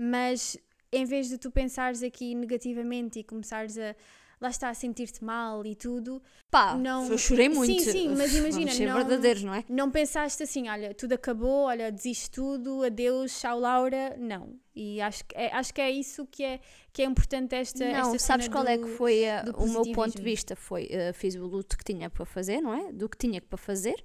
mas em vez de tu pensares aqui negativamente e começares a, lá está, a sentir-te mal e tudo, Pá, não- eu chorei muito. Sim, sim, mas imagina, Vamos ser não- verdadeiros, não é? não pensaste assim, olha, tudo acabou, olha, desiste tudo, adeus, tchau Laura, não. E acho que é, acho que é isso que é, que é importante esta, Não, esta sabes cena qual do, é que foi eh, do o meu ponto de positivismo. vista? Foi, eh, fiz o luto que tinha para fazer, não é? Do que tinha para fazer.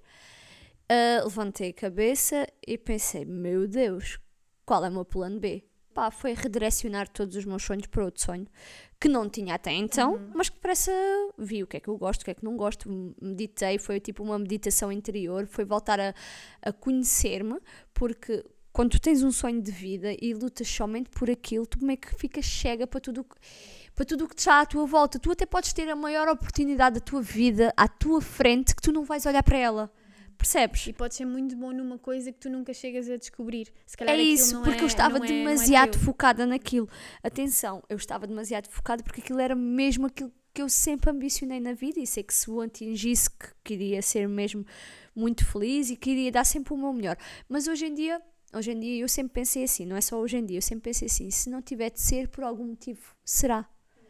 Eh, levantei a cabeça e pensei, meu Deus, qual é o meu plano B? Pá, foi redirecionar todos os meus sonhos para outro sonho, que não tinha até então, Uhum. mas que parece, vi o que é que eu gosto, o que é que não gosto, meditei, foi tipo uma meditação interior, foi voltar a, a conhecer-me, porque quando tu tens um sonho de vida e lutas somente por aquilo, tu como é que ficas cega para tudo o que- para tudo o que está à tua volta. Tu até podes ter a maior oportunidade da tua vida à tua frente que tu não vais olhar para ela. Percebes? E pode ser muito bom numa coisa que tu nunca chegas a descobrir. Se calhar É aquilo isso, não porque é, eu estava não é- não é demasiado teu. focada naquilo. Atenção, eu estava demasiado focada porque aquilo era mesmo aquilo que eu sempre ambicionei na vida e sei que se o atingisse que queria ser mesmo muito feliz e queria dar sempre o meu melhor. Mas hoje em dia, hoje em dia eu sempre pensei assim, não é só hoje em dia, eu sempre pensei assim, se não tiver de ser por algum motivo, será?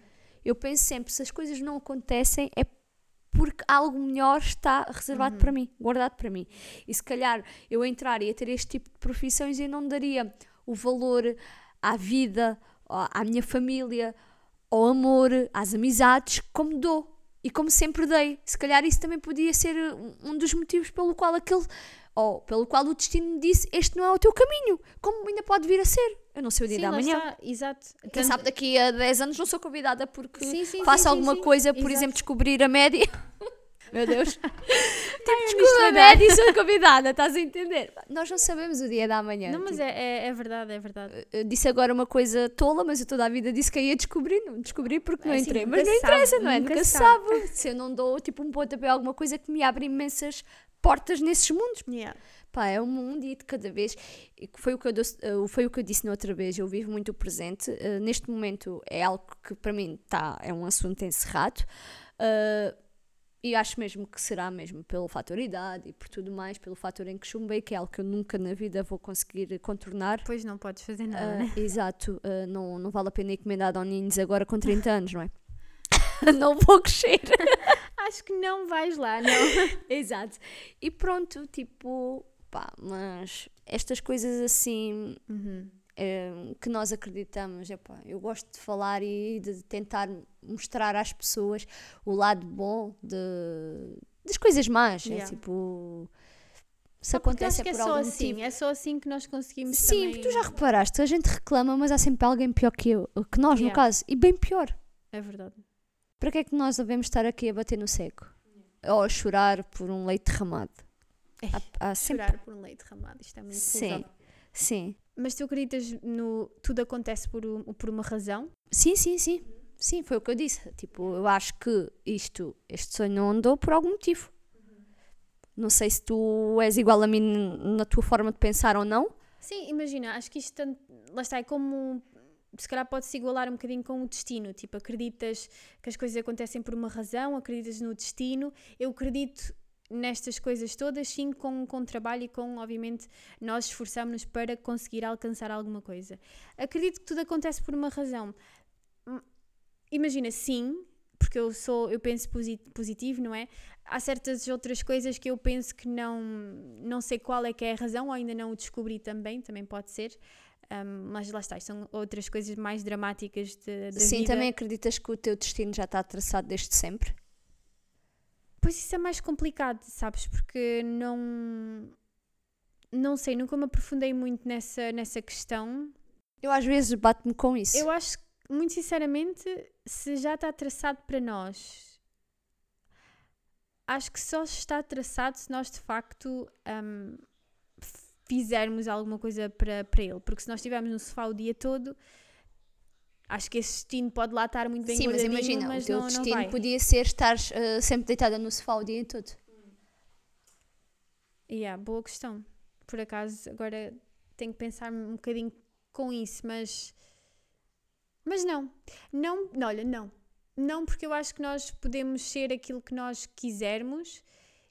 Eu penso sempre, se as coisas não acontecem é porque algo melhor está reservado para mim, guardado para mim. E se calhar eu entrar e a ter este tipo de profissões e não daria o valor à vida, à à minha família, ao amor, às amizades, como dou. E como sempre dei. Se calhar isso também podia ser um- um dos motivos pelo qual aquele, ou pelo qual o destino me disse, este não é o teu caminho. Como ainda pode vir a ser. Eu não sei o dia Sim, da lá manhã. está, exato. Quem Tanto- sabe daqui a dez anos não sou convidada porque Sim, sim, faço sim, sim, alguma sim. coisa, por Exato. exemplo, descobrir a média. Meu Deus. Ai, Descubro isto a vai dar. média e sou convidada, estás a entender? Nós não sabemos o dia da manhã. Não, mas tipo, é, é, é verdade, é verdade. eu disse agora uma coisa tola, mas eu toda a vida disse que ia descobrir. Não descobri porque não É assim, entrei. nunca Mas não se sabe, interessa, não é? nunca Nunca se se sabe. sabe. Se eu não dou tipo um pontapé a alguma coisa que me abre imensas portas nesses mundos. Yeah. Pá, é um mundo e de cada vez. E foi o que eu, dou- eh, foi o que eu disse na outra vez. Eu vivo muito o presente. Eh, neste momento é algo que para mim tá, é um assunto encerrado. Eh, e acho mesmo que será mesmo pelo fator idade e por tudo mais, pelo fator em que chumbei, que é algo que eu nunca na vida vou conseguir contornar. Depois não podes fazer nada, Ah, né? exato, ah, não, não vale a pena encomendar doninhos agora com trinta anos, não é? Não vou crescer. Acho que não vais lá, não. Exato. E pronto, tipo, pá, mas estas coisas assim Uhum. eh, que nós acreditamos, epá, eu gosto de falar e de tentar mostrar às pessoas o lado bom de, das coisas más, é Yeah. tipo, se Ah, porque eu acontece acho que é é por só algum assim, motivo. é só assim que nós conseguimos Sim, também... tu já reparaste, a gente reclama, mas há sempre alguém pior que eu, que nós no Yeah. caso, e bem pior. É verdade. Para que é que nós devemos estar aqui a bater no seco? Ou a chorar por um leite derramado? Ei, Há, há sempre... Chorar por um leite derramado, isto é muito Sim, filosófico. sim. Mas tu acreditas no tudo acontece por, um- por uma razão? Sim, sim, sim. Sim, foi o que eu disse. Tipo, eu acho que isto, este sonho não andou por algum motivo. Não sei se tu és igual a mim n- na tua forma de pensar ou não. Sim, imagina, acho que isto tanto, lá está, é como se calhar pode-se igualar um bocadinho com o destino, tipo, acreditas que as coisas acontecem por uma razão, acreditas no destino, eu acredito nestas coisas todas, sim, com, com trabalho e com, obviamente, nós esforçamos-nos para conseguir alcançar alguma coisa. Acredito que tudo acontece por uma razão. Hum, Imagina, sim, porque eu sou, eu penso posi- positivo, não é? Há certas outras coisas que eu penso que não, não sei qual é que é a razão, ou ainda não o descobri também, também pode ser. Um, mas lá está, são outras coisas mais dramáticas de- da Sim, vida. também acreditas que o teu destino já está traçado desde sempre? Pois isso é mais complicado, sabes? Porque não. Não sei, nunca me aprofundei muito nessa, nessa questão. Eu às vezes bato-me com isso. Eu acho que, muito sinceramente, se já está traçado para nós, acho que só está traçado se nós de facto um, fizermos alguma coisa para, para ele. Porque se nós estivermos no sofá o dia todo, acho que esse destino pode lá estar muito bem Sim, mas guardadinho, imagina, mas o teu não, não destino vai. podia ser estar eh, sempre deitada no sofá o dia todo. Yeah, boa questão. Por acaso, agora tenho que pensar um bocadinho com isso, mas. Mas não. Não, não, olha, não. Não, porque eu acho que nós podemos ser aquilo que nós quisermos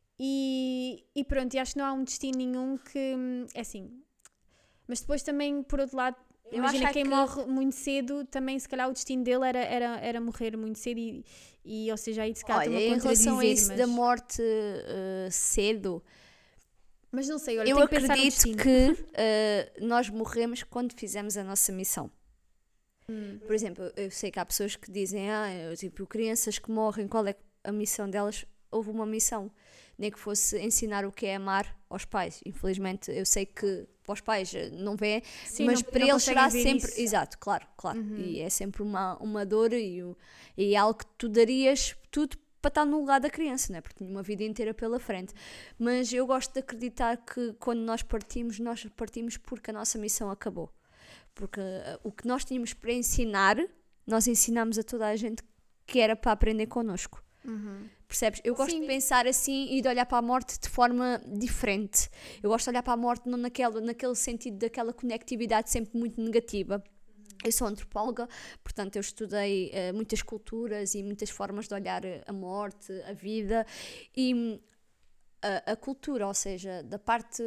e, e pronto, e acho que não há um destino nenhum que. hum, É assim. Mas depois também, por outro lado, Eu imagina acho quem que- morre muito cedo, também se calhar o destino dele era, era, era morrer muito cedo e, e ou seja, aí se calhar Olha, estou-me a em relação a contradizer, isso mas, da morte eh, cedo, mas não sei, olha, eu tenho que pensar no acredito destino. que eh, nós morremos quando fizemos a nossa missão. Hum. Por exemplo, eu sei que há pessoas que dizem, ah, eu, tipo, crianças que morrem, qual é a missão delas? Houve uma missão, nem que fosse ensinar o que é amar aos pais. Infelizmente, eu sei que para os pais eh, não vê, Sim, mas não- para não eles conseguem será ver sempre. isso. Exato, claro, claro. Uhum. E é sempre uma, uma dor e, o- e é algo que tu darias tudo para estar no lugar da criança, não é? Porque tinha uma vida inteira pela frente. Mas eu gosto de acreditar que quando nós partimos, nós partimos porque a nossa missão acabou. Porque uh, o que nós tínhamos para ensinar, nós ensinámos a toda a gente que era para aprender connosco. Uhum. Percebes? Eu gosto Sim. de pensar assim e de olhar para a morte de forma diferente. Eu gosto de olhar para a morte não naquela, naquele sentido daquela conectividade sempre muito negativa. Eu sou antropóloga, portanto eu estudei uh, muitas culturas e muitas formas de olhar a morte, a vida e hum, a, a cultura, ou seja, da parte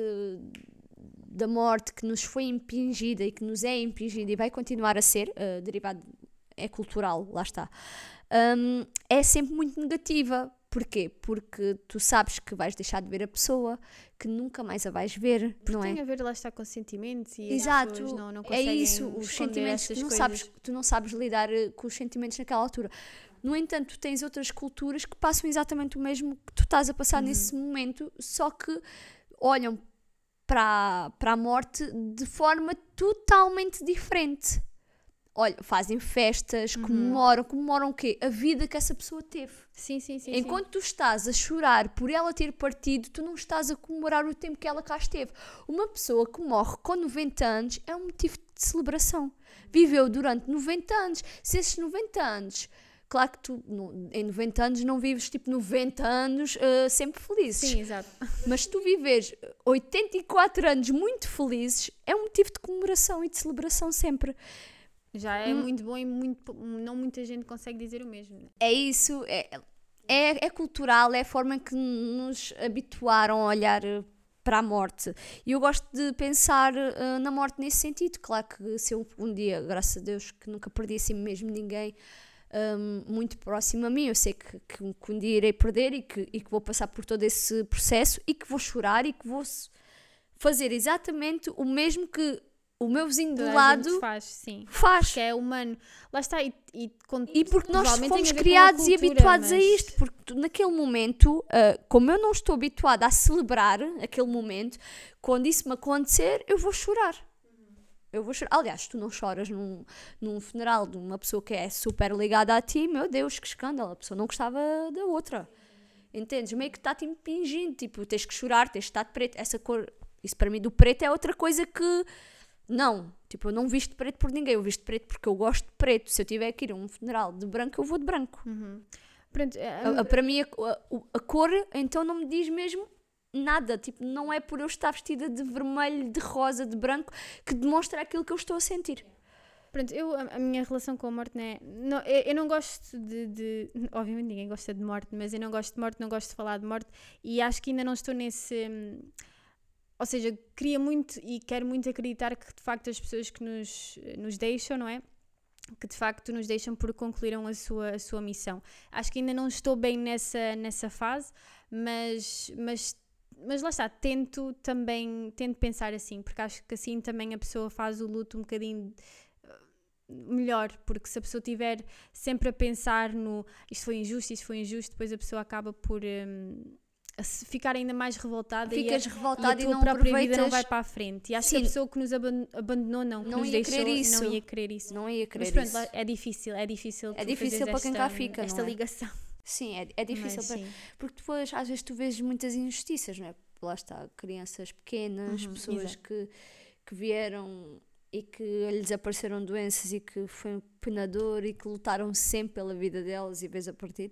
da morte que nos foi impingida e que nos é impingida e vai continuar a ser, uh, derivado, é cultural, lá está, um, é sempre muito negativa. Porquê? Porque tu sabes que vais deixar de ver a pessoa, que nunca mais a vais ver, não é? Tem a ver, lá está, com sentimentos e as Exato, pessoas não, não é conseguem isso, os esconder sentimentos, essas tu não, coisas. sabes, tu não sabes lidar eh, com os sentimentos naquela altura. No entanto, tu tens outras culturas que passam exatamente o mesmo que tu estás a passar Uhum. nesse momento, só que olham para, para a morte de forma totalmente diferente. Olha, fazem festas, Uhum. comemoram, comemoram o quê? A vida que essa pessoa teve. Sim, sim, sim. Enquanto tu estás a chorar por ela ter partido, tu não estás a comemorar o tempo que ela cá esteve. Uma pessoa que morre com noventa anos é um motivo de celebração. Viveu durante noventa anos. Se esses noventa anos... Claro que tu, no, em noventa anos, não vives tipo noventa anos uh, sempre felizes. Sim, exato. Mas se tu vives oitenta e quatro anos muito felizes, é um motivo de comemoração e de celebração sempre. Já é Hum. muito bom e muito, não muita gente consegue dizer o mesmo. Né? É isso, é, é, é cultural, é a forma que nos habituaram a olhar uh, para a morte. E eu gosto de pensar uh, na morte nesse sentido. Claro que se eu um dia, graças a Deus, que nunca perdi assim mesmo ninguém um, muito próximo a mim, eu sei que, que, que um dia irei perder e que, e que vou passar por todo esse processo e que vou chorar e que vou fazer exatamente o mesmo que o meu vizinho do Toda a lado gente faz, sim. faz. Que é humano. Lá está, e, e, com, E porque nós provavelmente tem fomos a ver com a criados e cultura, habituados a mas- isto, porque tu, naquele momento, ah, como eu não estou habituada a celebrar aquele momento, quando isso me acontecer, eu vou chorar. Eu vou chorar. Aliás, tu não choras num, num funeral de uma pessoa que é super ligada a ti, meu Deus, que escândalo, a pessoa não gostava da outra. Entendes? Meio que está-te impingindo, tipo, tens que chorar, tens de estar de preto. Essa cor, isso para mim do preto é outra coisa que, não, tipo, eu não visto preto por ninguém, eu visto preto porque eu gosto de preto. Se eu tiver que ir a um funeral de branco, eu vou de branco. Uhum. Pronto, é- A- a- para mim, a, a- a cor, então, não me diz mesmo nada. Tipo, não é por eu estar vestida de vermelho, de rosa, de branco, que demonstra aquilo que eu estou a sentir. Pronto, eu, a, a minha relação com a morte, né, não, eu, eu não gosto de, de. Obviamente ninguém gosta de morte, mas eu não gosto de morte, não gosto de falar de morte e acho que ainda não estou nesse. hum, Ou seja, queria muito e quero muito acreditar que de facto as pessoas que nos, nos deixam, não é? Que de facto nos deixam porque concluíram a sua, a sua missão. Acho que ainda não estou bem nessa, nessa fase, mas, mas, mas lá está, tento também tento pensar assim, porque acho que assim também a pessoa faz o luto um bocadinho melhor, porque se a pessoa estiver sempre a pensar no isto foi injusto, isto foi injusto, depois a pessoa acaba por hum, a se ficar ainda mais revoltada Ficas e a, revoltado e e, a tua não própria vida aproveitas. não vai para a frente. E acho Sim. que a pessoa que nos aban- abandonou, não, que Não nos ia deixou, querer isso. não ia querer isso. Não ia querer Mas pronto, isso. lá- é difícil, é difícil. É tu difícil fazeres para quem esta, cá fica, esta não é? ligação. Sim, é, é difícil. Mas para- sim. Porque depois, às vezes, tu vês muitas injustiças, não é? Lá está, crianças pequenas, Uhum, pessoas exato. que, que vieram e que lhes apareceram doenças e que foi um penador e que lutaram sempre pela vida delas e vês a partir.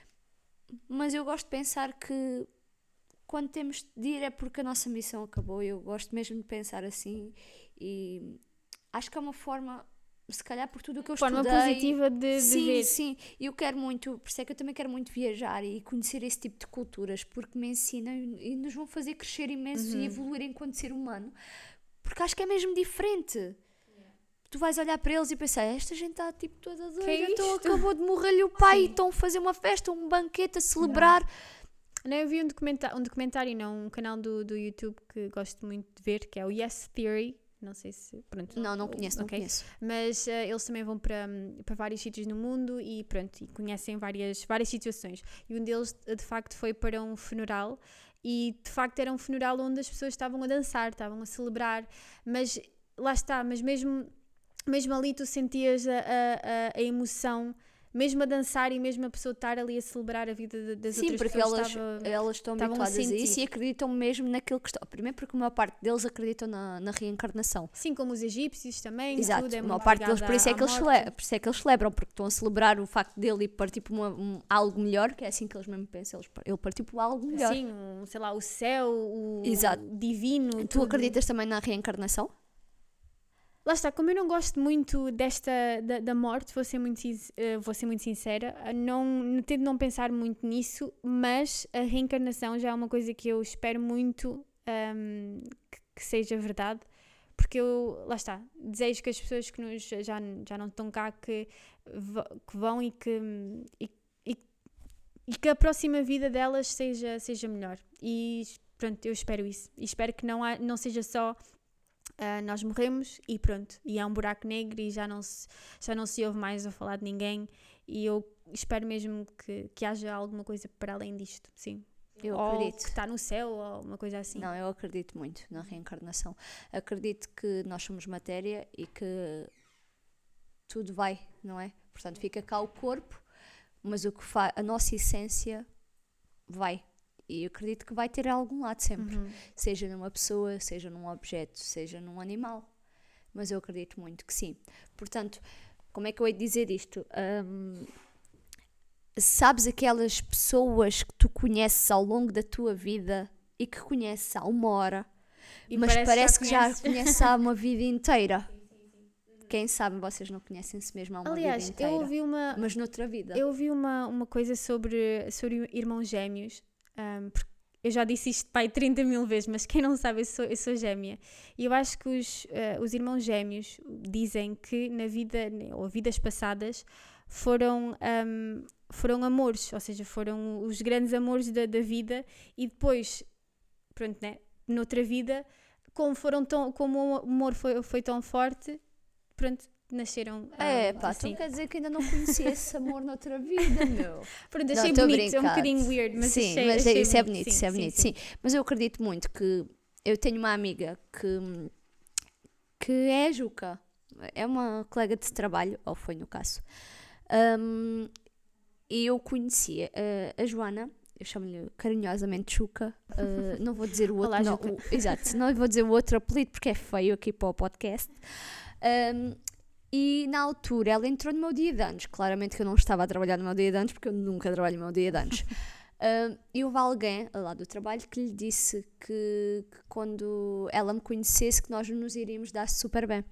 Mas eu gosto de pensar que quando temos de ir é porque a nossa missão acabou. Eu gosto mesmo de pensar assim e acho que é uma forma, se calhar por tudo o que eu Forma estudei. positiva de, de Sim, ver. sim, e eu quero muito, por isso é que eu também quero muito viajar e conhecer esse tipo de culturas, porque me ensinam e e nos vão fazer crescer imenso Uhum. e evoluir enquanto ser humano, porque acho que é mesmo diferente. Tu vais olhar para eles e pensar, esta gente está tipo toda doida, é então isto? acabou de morrer-lhe o pai e Sim. estão a fazer uma festa, um banquete, a celebrar. Não, eu vi um documentário, um documentário, não, um canal do, do YouTube que gosto muito de ver, que é o Yes Theory. Não sei se. Pronto. Não, não conheço, não Ok. conheço. Mas eh, eles também vão para, hum, para vários sítios no mundo e pronto, e conhecem várias, várias situações. E um deles, eh, de facto, foi para um funeral e, de facto, era um funeral onde as pessoas estavam a dançar, estavam a celebrar, mas lá está, mas mesmo, mesmo ali tu sentias a, a, a- a emoção, mesmo a dançar e mesmo a pessoa estar ali a celebrar a vida de- das Sim, outras porque pessoas. elas, estava- elas estão estavam a habituadas a, isso sentir. e acreditam mesmo naquilo que estão. Primeiro porque a maior parte deles acreditam na, na reencarnação. Sim, como os egípcios também, Exato, tudo é a maior muito parte deles, ligado por isso, é à- que à eles morte. cele- por isso é que eles celebram, porque estão a celebrar o facto dele ir partir para uma- um, algo melhor, que é assim que eles mesmo pensam, eles, ele partiu para algo melhor. Sim, um, sei lá, o céu, o Exato. divino. Tu tudo. acreditas também na reencarnação? Lá está, como eu não gosto muito desta, da, da morte, vou ser muito, sin- eh, vou ser muito sincera, eh, não, tento não pensar muito nisso, mas a reencarnação já é uma coisa que eu espero muito ahm, que, que seja verdade, porque eu, lá está, desejo que as pessoas que nos, já, já não estão cá, que, va- que vão e que, e, e, e que a próxima vida delas seja, seja melhor. E pronto, eu espero isso. E espero que não, há, não seja só Uh, nós morremos e pronto, e é um buraco negro e já não se, já não se ouve mais a falar de ninguém e eu espero mesmo que, que haja alguma coisa para além disto, sim. Eu ou acredito. que está no céu ou uma coisa assim. Não, eu acredito muito na reencarnação. Acredito que nós somos matéria e que tudo vai, não é? Portanto, fica cá o corpo, mas o que faz, a nossa essência vai. E eu acredito que vai ter algum lado sempre. Uhum. Seja numa pessoa, seja num objeto, seja num animal. Mas eu acredito muito que sim. Portanto, como é que eu hei de dizer isto? Hum, sabes aquelas pessoas que tu conheces ao longo da tua vida e que conheces há uma hora, E mas parece, que já conheces. conheces há uma vida inteira. Quem sabe vocês não conhecem-se mesmo há uma Aliás, vida eu inteira. ouvi uma, Mas noutra vida. eu ouvi uma, uma coisa sobre, sobre irmãos gêmeos, um, porque eu já disse isto pai trinta mil vezes, mas quem não sabe, eu sou, eu sou gêmea. E eu acho que os, uh, os irmãos gêmeos dizem que na vida, ou vidas passadas, foram, um, foram amores, ou seja, foram os grandes amores da, da vida e depois, pronto, né, noutra vida, como, foram tão, como o amor foi, foi tão forte, pronto, nasceram. É, um, pá, assim. então quer dizer que ainda não conhecia esse amor noutra vida, meu. Pronto, Não, achei tô a bonito, é um brincar. bocadinho weird, mas sim, achei, mas achei isso é bonito, bonito, sim, isso é sim, bonito, sim. sim. Mas eu acredito muito que eu tenho uma amiga que, que é a Juca, é uma colega de trabalho, ou foi no caso, um, e eu conhecia uh, a Joana, eu chamo-lhe carinhosamente Juca, uh, não vou dizer o outro, Olá, não, Juca. o, exato, não vou dizer o outro apelido porque é feio aqui para o podcast. Um, E na altura ela entrou no meu dia de anos. Claramente que eu não estava a trabalhar no meu dia de anos, porque eu nunca trabalho no meu dia de anos. uh, e houve alguém lá do trabalho que lhe disse que, que quando ela me conhecesse que nós nos iríamos dar super bem.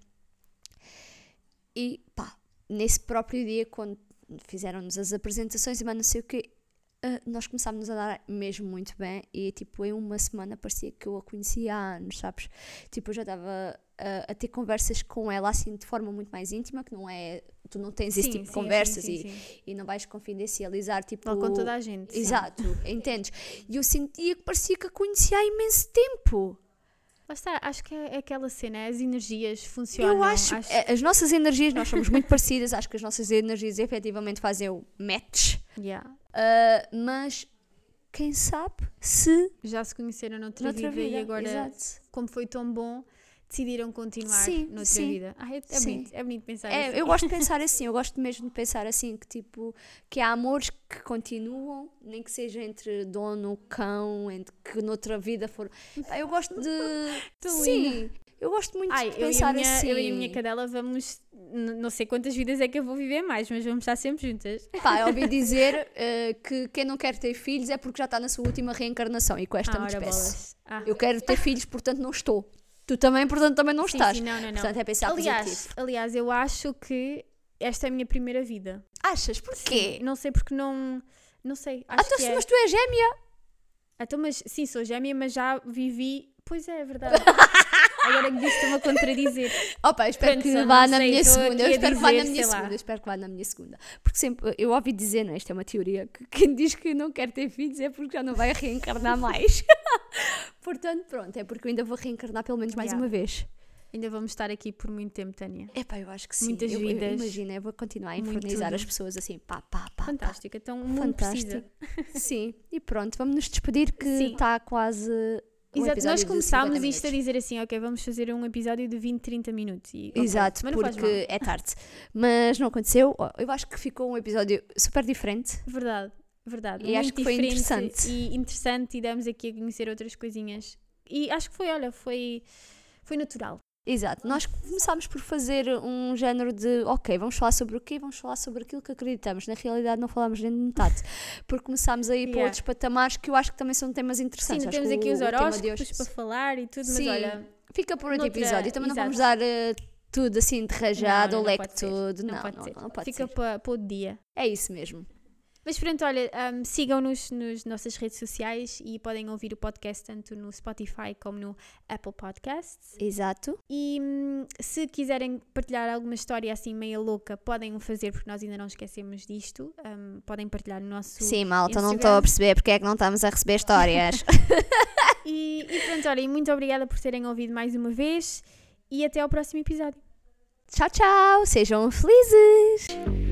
E pá, nesse próprio dia, quando fizeram-nos as apresentações e mais não sei o quê, uh, nós começámos a dar mesmo muito bem. E tipo, em uma semana parecia que eu a conhecia há anos, sabes? Tipo, eu já estava a, a ter conversas com ela assim de forma muito mais íntima, que não é, tu não tens esse Sim, tipo de sim, conversas sim, sim, e, sim. e não vais confidencializar tipo... Não com toda a gente. sim. Exato, entendes? E eu sentia que parecia que a conhecia há imenso tempo. Lá está, acho que é aquela cena, as energias funcionam. Eu acho, é, as nossas energias, nós somos muito parecidas, acho que as nossas energias efetivamente fazem o match, Yeah. uh, mas quem sabe se Já se conheceram noutra, noutra vida, vida, e agora, exato. como foi tão bom, decidiram continuar Sim, noutra sim, vida. Ah, é, é sim. bonito, é bonito pensar É, assim. eu gosto de pensar assim, eu gosto mesmo de pensar assim, que tipo, que há amores que continuam, nem que seja entre dono, cão, entre que noutra vida for... Eu gosto de... Tão Sim, linda. eu gosto muito Ai, de eu, e pensar a minha, assim. eu e a minha cadela vamos, n- não sei quantas vidas é que eu vou viver mais, mas vamos estar sempre juntas. Pá, eu ouvi dizer eh, que quem não quer ter filhos é porque já está na sua última reencarnação e com esta Ah, me ora despeço. bolas. Ah. Eu quero ter filhos, portanto não estou. Tu também, portanto também não Sim, estás. sim, não, não, não. Portanto é pensar aliás, positivo. aliás, eu acho que esta é a minha primeira vida. Achas? Porquê? Sim, não sei porque não... Não sei, Ah, acho então, que se- é. mas tu és gêmea. Então, mas sim, sou gêmea, mas já vivi... Pois é, é verdade. Agora que disse, estou-me a contradizer. Opa, espero Pronto, que não vá sei, na minha estou segunda. Eu aqui a espero que vá na dizer, minha sei lá. segunda. Eu espero que vá na minha segunda. Porque sempre, eu ouvi dizer, não é? Isto é uma teoria, que quem diz que não quer ter filhos é porque já não vai reencarnar mais. Portanto, pronto, é porque eu ainda vou reencarnar pelo menos mais Yeah. uma vez. Ainda vamos estar aqui por muito tempo, Tânia. Epá, eu acho que sim. Muitas eu, eu, vidas. imagina, eu vou continuar a Muito infernizar tudo. as pessoas assim, pá, pá, pá. Fantástico. Então, o pá. mundo Fantástico. precisa. Sim, e pronto, vamos nos despedir que Sim. está quase. Um Exato, nós episódio de começámos cinquenta isto a minutos. dizer assim, ok, vamos fazer um episódio de vinte, trinta minutos. E, ok, Exato, mas não faz mal. porque é tarde. Mas não aconteceu. Ó, eu acho que ficou um episódio super diferente. Verdade, verdade. E Muito acho que foi diferente interessante. E interessante e demos aqui a conhecer outras coisinhas. E acho que foi, olha, foi, foi natural. Exato, nós começámos por fazer um género de ok, vamos falar sobre o quê? Vamos falar sobre aquilo que acreditamos. Na realidade não falámos nem de metade, porque começámos a ir para Yeah. outros patamares que eu acho que também são temas Sim, interessantes. ainda Acho temos que aqui o- os o tema de horóscopos hoje- para falar e tudo, Sim, mas olha, fica por outro noutra- episódio. Também não exato. vamos dar eh, tudo assim de rajado não, ou não leque pode ser. tudo. não, Não, pode não, ser. não pode Fica ser. para, para o dia. É isso mesmo. Mas pronto, olha, um, sigam-nos nas nossas redes sociais e podem ouvir o podcast tanto no Spotify como no Apple Podcasts. Exato. E hum, se quiserem partilhar alguma história assim meio louca, podem o fazer porque nós ainda não esquecemos disto. Um, podem partilhar no nosso Sim, malta, não Instagram. estou a perceber porque é que não estamos a receber histórias. E, e pronto, olha, e muito obrigada por terem ouvido mais uma vez e até ao próximo episódio. Tchau, tchau. Sejam felizes.